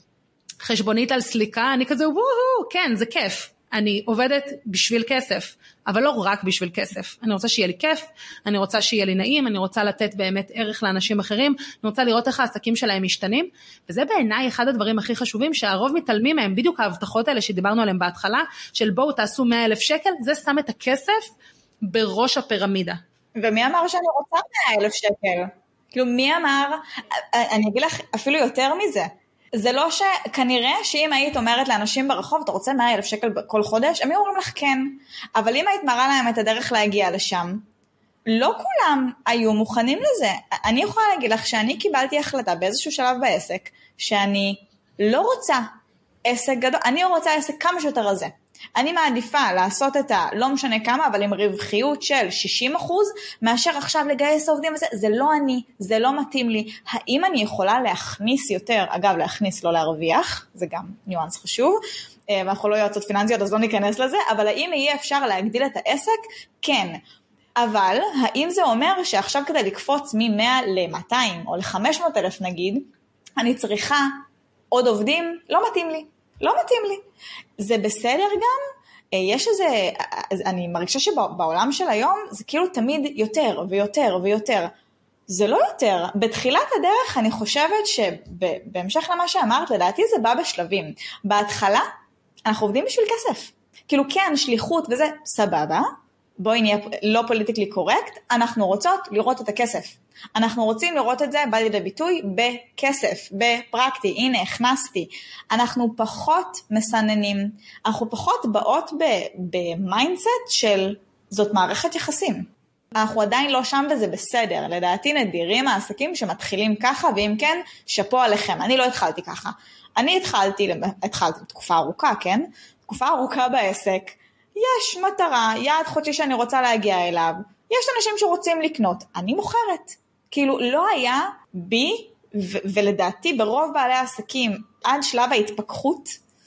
חשבונית על סליקה, אני כזה, וואו, כן, זה כיף. אני עובדת בשביל כסף, אבל לא רק בשביל כסף. אני רוצה שיהיה לי כיף, אני רוצה שיהיה לי נעים, אני רוצה לתת באמת ערך לאנשים אחרים, אני רוצה לראות איך העסקים שלהם משתנים, וזה בעיניי אחד הדברים הכי חשובים, שהרוב מתעלמים מהם, בדיוק ההבטחות האלה שדיברנו עליהם בהתחלה, של בואו תעשו 100,000 שקל, זה שם את הכסף בראש הפירמידה. ומי אמר שאני רוצה 100,000 שקל? כאילו מי אמר, אני אגיד לך אפילו יותר מזה, זה לא כנראה שאם היית אומרת לאנשים ברחוב, אתה רוצה 100,000 שקל כל חודש, הם אומרים לך כן, אבל אם היית מראה להם את הדרך להגיע לשם, לא כולם היו מוכנים לזה. אני יכולה להגיד לך שאני קיבלתי החלטה באיזשהו שלב בעסק, שאני לא רוצה עסק גדול, אני רוצה עסק כמה שיותר רזה. אני מעדיפה לעשות את לא משנה כמה, אבל עם רווחיות של 60%, מאשר עכשיו לגייס עובדים וזה, זה לא אני, זה לא מתאים לי. האם אני יכולה להכניס יותר, אגב להכניס לא להרוויח, זה גם ניואנס חשוב, ואנחנו לא יועצות פיננסיות אז לא ניכנס לזה, אבל האם יהיה אפשר להגדיל את העסק? כן. אבל האם זה אומר שעכשיו כדי לקפוץ מ-100 ל-200 או ל-500 אלף נגיד, אני צריכה עוד עובדים? לא מתאים לי. לא מתאים לי. זה בסדר גם, יש איזה, אני מרגישה שבעולם של היום זה כאילו תמיד יותר ויותר ויותר. זה לא יותר. בתחילת הדרך אני חושבת שבהמשך למה שאמרת, לדעתי זה בא בשלבים. בהתחלה אנחנו עובדים בשביל כסף. כאילו כן, שליחות וזה סבבה, בואי נהיה לא פוליטיקלי קורקט, אנחנו רוצות לראות את הכסף. אנחנו רוצים לראות את זה בא לידי ביטוי בכסף, בפרקטי, הנה הכנסתי. אנחנו פחות מסננים, אנחנו פחות באות במיינדסט של זאת מערכת יחסים. אנחנו עדיין לא שם וזה בסדר, לדעתי נדירים העסקים שמתחילים ככה, ואם כן, שפו עליכם. אני לא התחלתי ככה. אני התחלתי תקופה ארוכה, כן? תקופה ארוכה בעסק, יש מטרה, יעד חודשי שאני רוצה להגיע אליו, יש אנשים שרוצים לקנות, אני מוכרת. כאילו לא היה בי, ולדעתי ברוב בעלי העסקים, עד שלב ההתפכחות,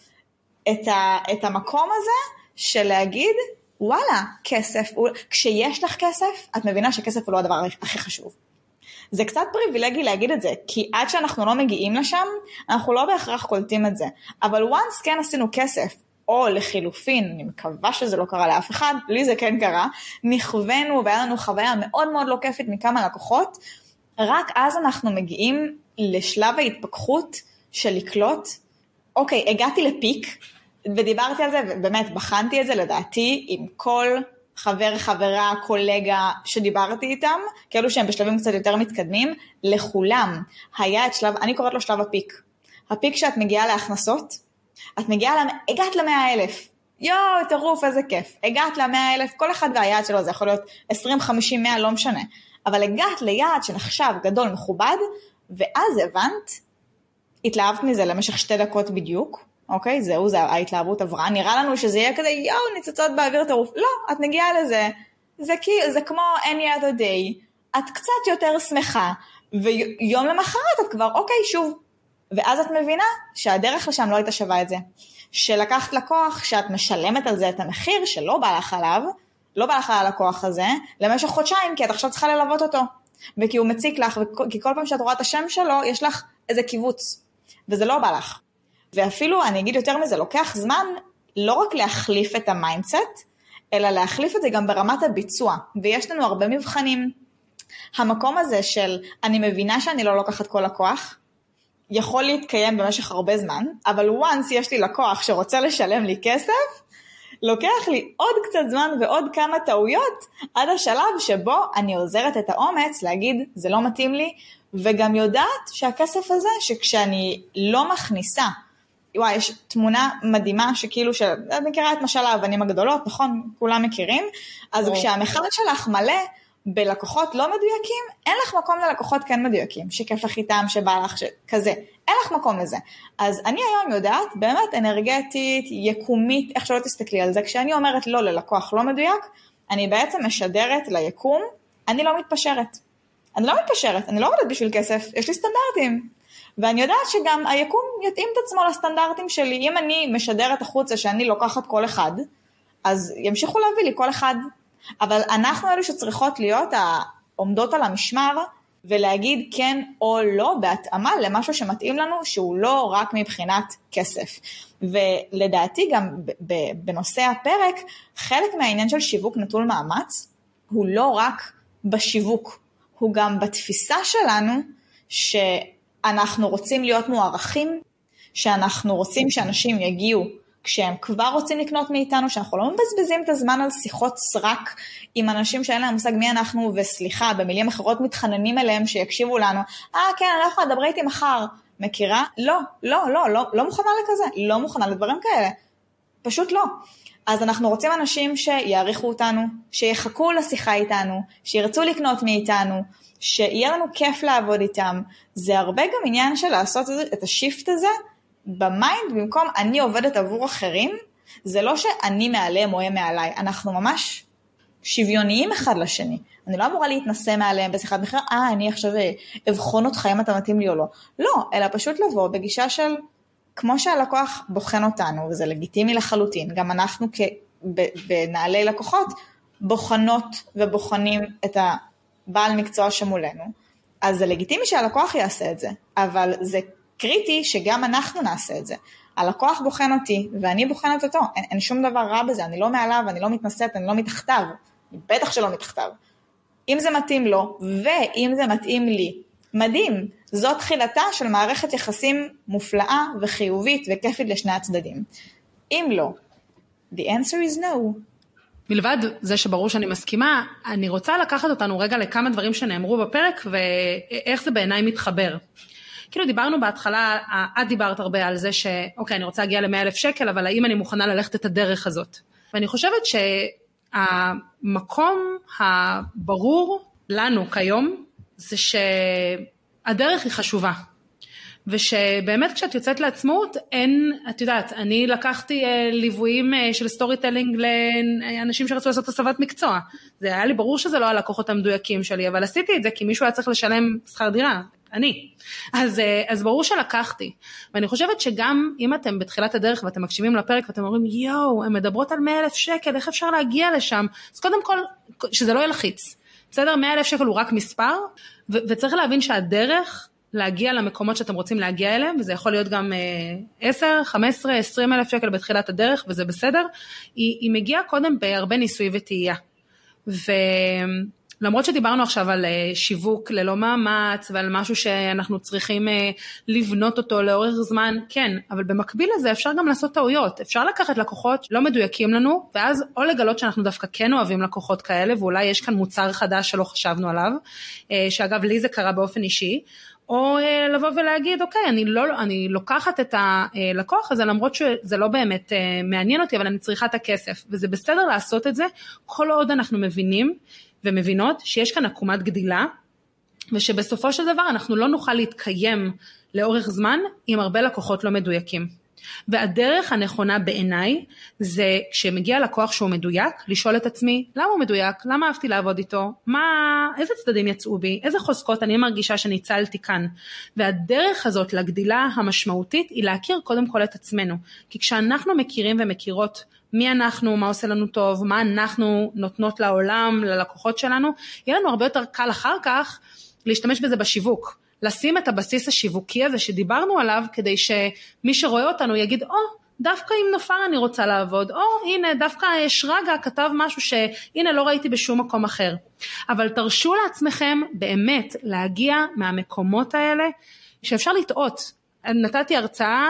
את המקום הזה של להגיד, וואלה, כסף, כשיש לך כסף, את מבינה שכסף הוא לא הדבר הכי חשוב. זה קצת פריבילגי להגיד את זה, כי עד שאנחנו לא מגיעים לשם, אנחנו לא בהכרח קולטים את זה. אבל once כן עשינו כסף, או לחילופין, אני מקווה שזה לא קרה לאף אחד, לי זה כן קרה, נכוונו והיה לנו חוויה מאוד מאוד לא כיפית מכמה לקוחות, רק אז אנחנו מגיעים לשלב ההתפכחות של לקלוט, אוקיי, הגעתי לפיק, ודיברתי על זה, ובאמת בחנתי את זה לדעתי, עם כל חבר, חברה, קולגה שדיברתי איתם, כאלו שהם בשלבים קצת יותר מתקדמים, לכולם היה את שלב, אני קוראת לו שלב הפיק. הפיק שאת מגיעה להכנסות, את מגיעה, הגעת ל100,000, יואו, טירוף, איזה כיף, הגעת ל100,000, כל אחד והיעד שלו, זה יכול להיות 20, 50, 100, לא משנה, אבל הגעת ליעד שנחשב גדול, מכובד, ואז הבנת, התלהבת מזה למשך 2 דקות בדיוק, אוקיי, זהו, זה ההתלהבות עברה, נראה לנו שזה יהיה כזה, יואו, ניצוצות באוויר טירוף, לא, את מגיעה לזה, זה כמו any other day, את קצת יותר שמחה, ויום למחרת את כבר, אוקיי, שוב, ואז את מבינה שהדרך לשם לא הייתה שווה את זה, שלקחת לקוח, שאת משלמת על זה את המחיר שלא בא לך עליו, לא בא לך על הלקוח הזה, למשך חודשיים, כי את עכשיו צריכה ללוות אותו, וכי הוא מציק לך, כי כל פעם שאת רואה את השם שלו, יש לך איזה קיבוץ, וזה לא בא לך. ואפילו, אני אגיד יותר מזה, לוקח זמן, לא רק להחליף את המיינדסט, אלא להחליף את זה גם ברמת הביצוע, ויש לנו הרבה מבחנים. המקום הזה של, אני מבינה שאני לא לוקחת כל לקוח, יכול להתקיים במשך הרבה זמן, אבל once יש לי לקוח שרוצה לשלם לי כסף, לוקח לי עוד קצת זמן ועוד כמה טעויות, עד השלב שבו אני עוזרת את האומץ להגיד, זה לא מתאים לי, וגם יודעת שהכסף הזה, שכשאני לא מכניסה, וואי, יש תמונה מדהימה שכאילו, את מכירה את משל האבנים הגדולות, נכון? כולם מכירים, אז כשהמחל שלך מלא, בלקוחות לא מדויקים, אין לך מקום ללקוחות כן מדויקים, שכיף לך איתם, שבא לך, כזה, אין לך מקום לזה. אז אני היום יודעת, באמת אנרגטית, יקומית, איך שלא תסתכלי על זה, כשאני אומרת לא ללקוח לא מדויק, אני בעצם משדרת ליקום, אני לא מתפשרת. אני לא מתפשרת, אני לא עובדת בשביל כסף, יש לי סטנדרטים. ואני יודעת שגם היקום יתאים את עצמו לסטנדרטים שלי, אם אני משדרת החוצה שאני לוקחת כל אחד, אז ימשיכו להביא לי כל אחד. אבל אנחנו אלו שצריכות להיות העומדות על המשמר, ולהגיד כן או לא, בהתאמה למשהו שמתאים לנו, שהוא לא רק מבחינת כסף. ולדעתי גם בנושא הפרק, חלק מהעניין של שיווק נטול מאמץ, הוא לא רק בשיווק, הוא גם בתפיסה שלנו, שאנחנו רוצים להיות מוערכים, שאנחנו רוצים שאנשים יגיעו כשהם כבר רוצים לקנות מאיתנו, שאנחנו לא מבזבזים את הזמן על שיחות סרק עם אנשים שאין להם מושג מי אנחנו, וסליחה, במילים אחרות מתחננים אליהם שיקשיבו לנו, כן, אני לא יכולה, דברי איתי מחר, מכירה? לא מוכנה לכזה, לא מוכנה לדברים כאלה, פשוט לא. אז אנחנו רוצים אנשים שיעריכו אותנו, שיחכו לשיחה איתנו, שירצו לקנות מאיתנו, שיהיה לנו כיף לעבוד איתם. זה הרבה גם עניין של לעשות את השיפט הזה במיינד, במקום אני עובדת עבור אחרים, זה לא שאני מעליהם או הם מעליי, אנחנו ממש שוויוניים אחד לשני. אני לא אמורה להתנסה מעליהם בשיחת מחיר, אני עכשיו אבחון אותך אם אתה מתאים לי או לא. לא, אלא פשוט לבוא בגישה של, כמו שהלקוח בוחן אותנו, וזה לגיטימי לחלוטין, גם אנחנו בנעלי לקוחות, בוחנות ובוחנים את הבעל מקצוע שמולנו, אז זה לגיטימי שהלקוח יעשה את זה, אבל זה קריטי שגם אנחנו נעשה את זה. הלקוח בוחן אותי, ואני בוחנת אותו, אין שום דבר רע בזה, אני לא מעליו, אני לא מתנשאת, אני לא מתחתיו, בטח שלא מתחתיו. אם זה מתאים לו, ואם זה מתאים לי, מדהים, זאת תחילתה של מערכת יחסים מופלאה וחיובית וכיפית לשני הצדדים. אם לא, the answer is no. מלבד זה שברור שאני מסכימה, אני רוצה לקחת אותנו רגע לכמה דברים שנאמרו בפרק, ואיך זה בעיניי מתחבר. כאילו דיברנו בהתחלה, את דיברת הרבה על זה שאוקיי, אני רוצה להגיע ל100,000 שקל, אבל האם אני מוכנה ללכת את הדרך הזאת? ואני חושבת שהמקום הברור לנו כיום, זה שהדרך היא חשובה. ושבאמת כשאת יוצאת לעצמאות, את יודעת, אני לקחתי ליוויים של סטורי טלינג לאנשים שרצו לעשות הסבת מקצוע. זה היה לי ברור שזה לא הלקוחות המדויקים שלי, אבל עשיתי את זה כי מישהו היה צריך לשלם שכר דירה. אני. אז ברור שלקחתי. ואני חושבת שגם אם אתם בתחילת הדרך ואתם מקשיבים לפרק ואתם אומרים, הן מדברות על 100,000 שקל, איך אפשר להגיע לשם? אז קודם כל, שזה לא ילחיץ. בסדר? 100,000 שקל הוא רק מספר, וצריך להבין שהדרך להגיע למקומות שאתם רוצים להגיע אליהם, וזה יכול להיות גם 10, 15, 20,000 שקל בתחילת הדרך, וזה בסדר, היא מגיעה קודם בהרבה ניסוי וטעייה. ולמרות שדיברנו עכשיו על שיווק ללא מאמץ, ועל משהו שאנחנו צריכים לבנות אותו לאורך זמן, כן, אבל במקביל לזה אפשר גם לעשות טעויות, אפשר לקחת לקוחות לא מדויקים לנו, ואז או לגלות שאנחנו דווקא כן אוהבים לקוחות כאלה, ואולי יש כאן מוצר חדש שלא חשבנו עליו, שאגב לי זה קרה באופן אישי, או לבוא ולהגיד, אוקיי, אני לוקחת את הלקוח הזה, למרות שזה לא באמת מעניין אותי, אבל אני צריכה את הכסף, וזה בסדר לעשות את זה, כל עוד אנחנו מבינים ומבינות שיש כאן עקומת גדילה, ושבסופו של דבר אנחנו לא נוכל להתקיים לאורך זמן, עם הרבה לקוחות לא מדויקים. והדרך הנכונה בעיניי, זה כשמגיע לקוח שהוא מדויק, לשאול את עצמי, למה הוא מדויק? למה אהבתי לעבוד איתו? איזה צדדים יצאו בי? איזה חוזקות אני מרגישה שניצלתי כאן? והדרך הזאת לגדילה המשמעותית, היא להכיר קודם כל את עצמנו. כי כשאנחנו מכירים ומכירות מי אנחנו, מה עושה לנו טוב, מה אנחנו נותנות לעולם, ללקוחות שלנו, יהיה לנו הרבה יותר קל אחר כך להשתמש בזה בשיווק. לשים את הבסיס השיווקי הזה שדיברנו עליו, כדי שמי שרואה אותנו יגיד, דווקא עם נופר אני רוצה לעבוד, הנה דווקא שרגע כתב משהו שהנה לא ראיתי בשום מקום אחר. אבל תרשו לעצמכם באמת להגיע מהמקומות האלה שאפשר לטעות. נתתי הרצאה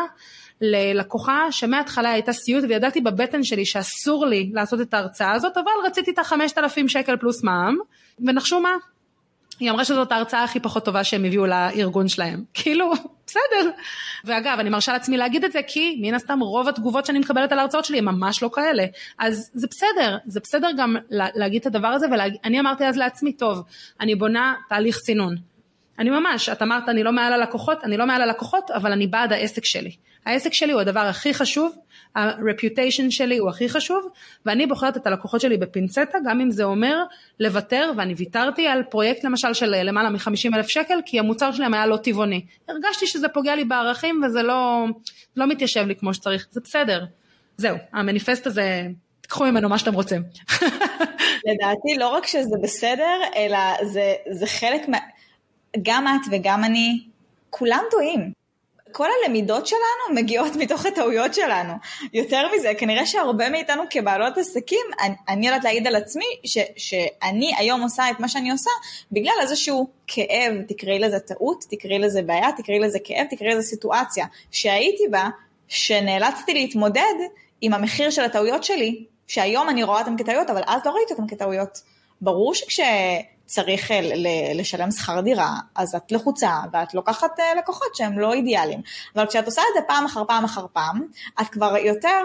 ללקוחה שמההתחלה הייתה סיוט, וידעתי בבטן שלי שאסור לי לעשות את ההרצאה הזאת, אבל רציתי את 5,000 שקל פלוס מע"מ, ונחשו מה? היא אמרה שזאת ההרצאה הכי פחות טובה שהם הביאו לארגון שלהם. כאילו, בסדר. ואגב, אני מרשה לעצמי להגיד את זה, כי מן הסתם רוב התגובות שאני מקבלת על ההרצאות שלי, הם ממש לא כאלה. אז זה בסדר. זה בסדר גם להגיד את הדבר הזה, ואני אמרתי אז לעצמי, טוב, אני בונה תהליך סינון. אני ממש, את אמרת, אני לא מעל הלקוחות, אבל אני בעד העסק שלי. העסק שלי הוא הדבר הכי חשוב, ה-reputation שלי הוא הכי חשוב, ואני בוחרת את הלקוחות שלי בפינצטה, גם אם זה אומר לוותר, ואני ויתרתי על פרויקט למשל של למעלה מ-50,000 שקל, כי המוצר שלהם היה לא טבעוני. הרגשתי שזה פוגע לי בערכים, וזה לא מתיישב לי כמו שצריך, זה בסדר. זהו, המניפסט הזה, תקחו ממנו מה שאתם רוצים. לדעתי, לא רק שזה בסדר, אלא זה חלק, גם את וגם אני, כולם טועים. כל הלמידות שלנו מגיעות מתוך הטעויות שלנו. יותר מזה, כנראה שהרבה מאיתנו כבעלות עסקים, אני יודעת להעיד על עצמי, שאני היום עושה את מה שאני עושה, בגלל איזשהו כאב, תקראי לזה טעות, תקראי לזה בעיה, תקראי לזה כאב, תקראי לזה סיטואציה, שהייתי בה, שנאלצתי להתמודד עם המחיר של הטעויות שלי, שהיום אני רואה אותם כטעויות, אבל אז לא ראיתי אותם כטעויות. ברור שכשצריך לשלם שכר דירה, אז את לחוצה, ואת לוקחת לקוחות שהם לא אידיאליים. אבל כשאת עושה את זה פעם אחר פעם אחר פעם, את כבר יותר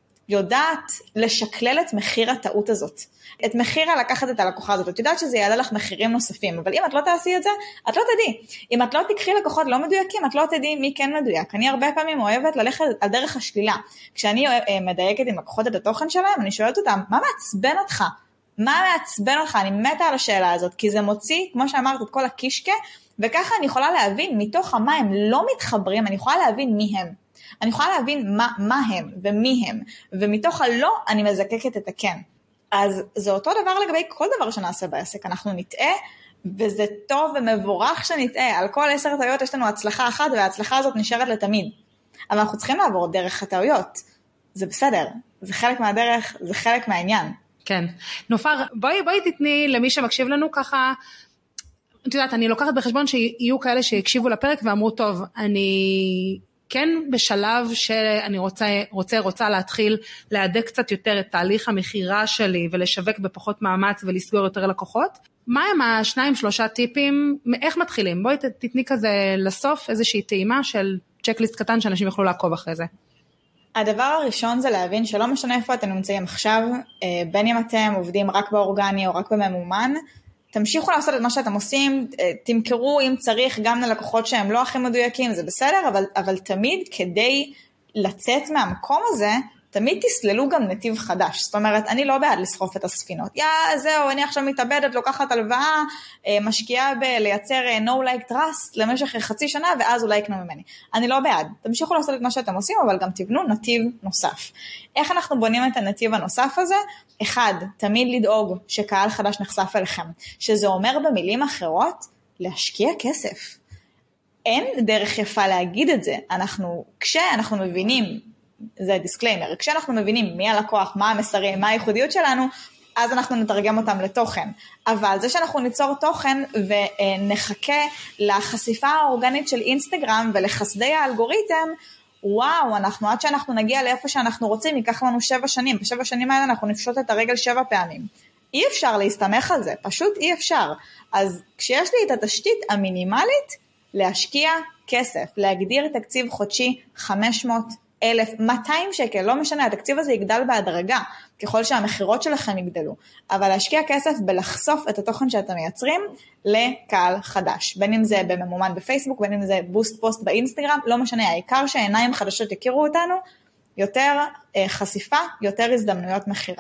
יודעת לשקלל את מחיר הטעות הזאת. את מחיר לקחת את הלקוחה הזאת. את יודעת שזה יעלה לך מחירים נוספים, אבל אם את לא תעשי את זה, את לא תדעי. אם את לא תקחי לקוחות לא מדויקים, את לא תדעי מי כן מדויק. אני הרבה פעמים אוהבת ללכת על דרך השלילה. כשאני מדייקת עם לקוחות את התוכן שלהם, אני שואלת אותם, מה מעצבן אותך? מה מעצבן אותך? אני מתה על השאלה הזאת, כי זה מוציא, כמו שאמרת, את כל הקישקה, וככה אני יכולה להבין מתוך מה הם לא מתחברים, אני יכולה להבין מי הם. אני יכולה להבין מה הם ומי הם, ומתוך הלא אני מזקקת את הכן. אז זה אותו דבר לגבי כל דבר שנעשה בעסק, אנחנו נטעה, וזה טוב ומבורך שנטעה, על כל 10 טעויות יש לנו הצלחה אחת, וההצלחה הזאת נשארת לתמיד. אבל אנחנו צריכים לעבור דרך הטעויות, זה בסדר, זה חלק מהדרך, זה חלק מהעניין. כן, נופר, בואי תתני למי שמקשיב לנו ככה, את יודעת, אני לוקחת בחשבון שיהיו כאלה שיקשיבו לפרק ואמרו, טוב, אני כן בשלב שאני רוצה להתחיל להדק קצת יותר את תהליך המחירה שלי, ולשווק בפחות מאמץ ולסגור יותר לקוחות. מה הם 2-3 טיפים, איך מתחילים? בואי תתני כזה לסוף איזושהי טעימה של צ'קליסט קטן שאנשים יוכלו לעקוב אחרי זה. הדבר הראשון זה להבין שלא משנה איפה אתם נמצאים עכשיו, בין אם אתם עובדים רק באורגני או רק בממומן, תמשיכו לעשות את מה שאתם עושים, תמכרו אם צריך גם ללקוחות שהם לא הכי מדויקים, זה בסדר, אבל תמיד כדי לצאת מהמקום הזה, תמיד תסללו גם נתיב חדש. זאת אומרת, אני לא בעד לסחוף את הספינות. זהו, אני עכשיו מתאבדת, לוקחת הלוואה, משקיעה בלייצר no like trust למשך חצי שנה, ואז אולי יקנו ממני. אני לא בעד. תמשיכו לעשות את מה שאתם עושים, אבל גם תבנו נתיב נוסף. איך אנחנו בונים את הנתיב הנוסף הזה? 1, תמיד לדאוג שקהל חדש נחשף אליכם. שזה אומר במילים אחרות, להשקיע כסף. אין דרך יפה להגיד את זה. כשאנחנו מבינים, זה דיסקליימר, כשאנחנו מבינים מי הלקוח, מה המסרים, מה הייחודיות שלנו, אז אנחנו נתרגם אותם לתוכן. אבל זה שאנחנו ניצור תוכן ונחכה לחשיפה האורגנית של אינסטגרם ולחסדי האלגוריתם, וואו, עד שאנחנו נגיע לאיפה שאנחנו רוצים, ייקח לנו 7 שנים. ב7 שנים האלה אנחנו נפשוט את הרגל 7 פעמים. אי אפשר להסתמך על זה, פשוט אי אפשר. אז כשיש לי את התשתית המינימלית, להשקיע כסף, להגדיר תקציב חודשי 500, 1,000, 200 שקל, לא משנה, התקציב הזה יגדל בהדרגה, ככל שהמחירות שלכם יגדלו, אבל להשקיע כסף בלחשוף את התוכן שאתם מייצרים לקהל חדש, בין אם זה בממומן בפייסבוק, בין אם זה בוסט פוסט באינסטגרם, לא משנה, העיקר שעיניים חדשות יכירו אותנו, יותר חשיפה, יותר הזדמנויות מחירה.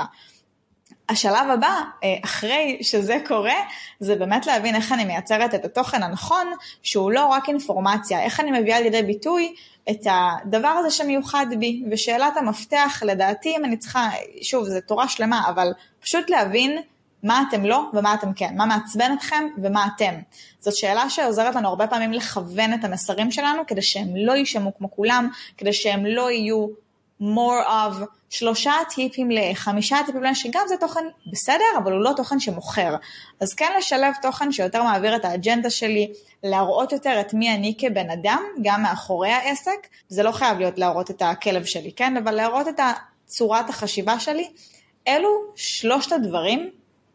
השלב הבא, אחרי שזה קורה, זה באמת להבין איך אני מייצרת את התוכן הנכון, שהוא לא רק אינפורמציה, איך אני מביאה לידי ביטוי את הדבר הזה שמיוחד בי, ושאלת המפתח, לדעתי, אם אני צריכה, שוב, זה תורה שלמה, אבל פשוט להבין מה אתם לא ומה אתם כן, מה מעצבן אתכם ומה אתם. זאת שאלה שעוזרת לנו הרבה פעמים לכוון את המסרים שלנו, כדי שהם לא יישמו כמו כולם, כדי שהם לא יהיו more of 3 טיפים ל5 טיפים ל, שגם זה תוכן בסדר, אבל הוא לא תוכן שמוכר. אז כן לשלב תוכן שיותר מעביר את האג'נדה שלי, להראות יותר את מי אני כבן אדם, גם מאחורי העסק. זה לא חייב להיות להראות את הכלב שלי, כן? אבל להראות את צורת החשיבה שלי. אלו 3 הדברים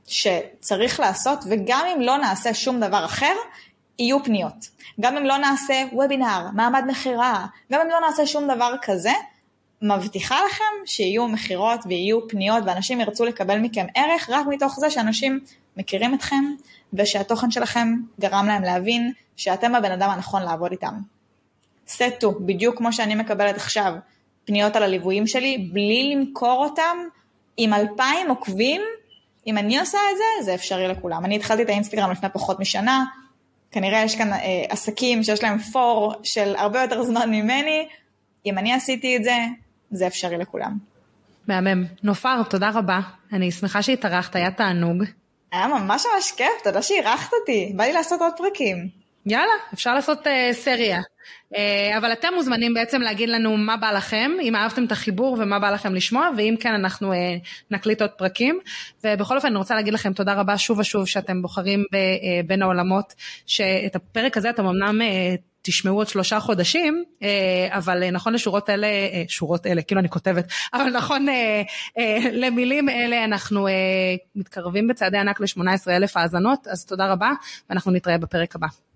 שצריך לעשות, וגם אם לא נעשה שום דבר אחר, יהיו פניות. גם אם לא נעשה וובינר, מעמד מחירה, גם אם לא נעשה שום דבר כזה, מבטיחה לכם שיהיו מחירות ויהיו פניות, ואנשים ירצו לקבל מכם ערך, רק מתוך זה שאנשים מכירים אתכם, ושהתוכן שלכם גרם להם להבין שאתם הבן אדם הנכון לעבוד איתם. סטו, בדיוק כמו שאני מקבלת עכשיו, פניות על הליוויים שלי, בלי למכור אותם, עם 2,000 עוקבים, אם אני עושה את זה, זה אפשרי לכולם. אני התחלתי את האינסטגרם לפני פחות משנה, כנראה יש כאן עסקים שיש להם פור של הרבה יותר זמן ממני, אם אני עשיתי את זה, זה אפשרי לכולם. מהמם. נופר, תודה רבה. אני שמחה שהתארחת, היה תענוג. היה ממש כיף, תודה שהירחת אותי. בא לי לעשות עוד פרקים. יאללה, אפשר לעשות סריה. אבל אתם מוזמנים בעצם להגיד לנו מה בא לכם, אם אהבתם את החיבור ומה בא לכם לשמוע, ואם כן אנחנו נקליט עוד פרקים. ובכל אופן אני רוצה להגיד לכם תודה רבה שוב ושוב שאתם בוחרים בין העולמות, שאת הפרק הזה אתם אמנם תשמעו עוד 3 חודשים, אבל נכון לשורות אלה, כאילו אני כותבת, אבל נכון למילים אלה, אנחנו מתקרבים בצעדי ענק ל-18,000 האזנות, אז תודה רבה, ואנחנו נתראה בפרק הבא.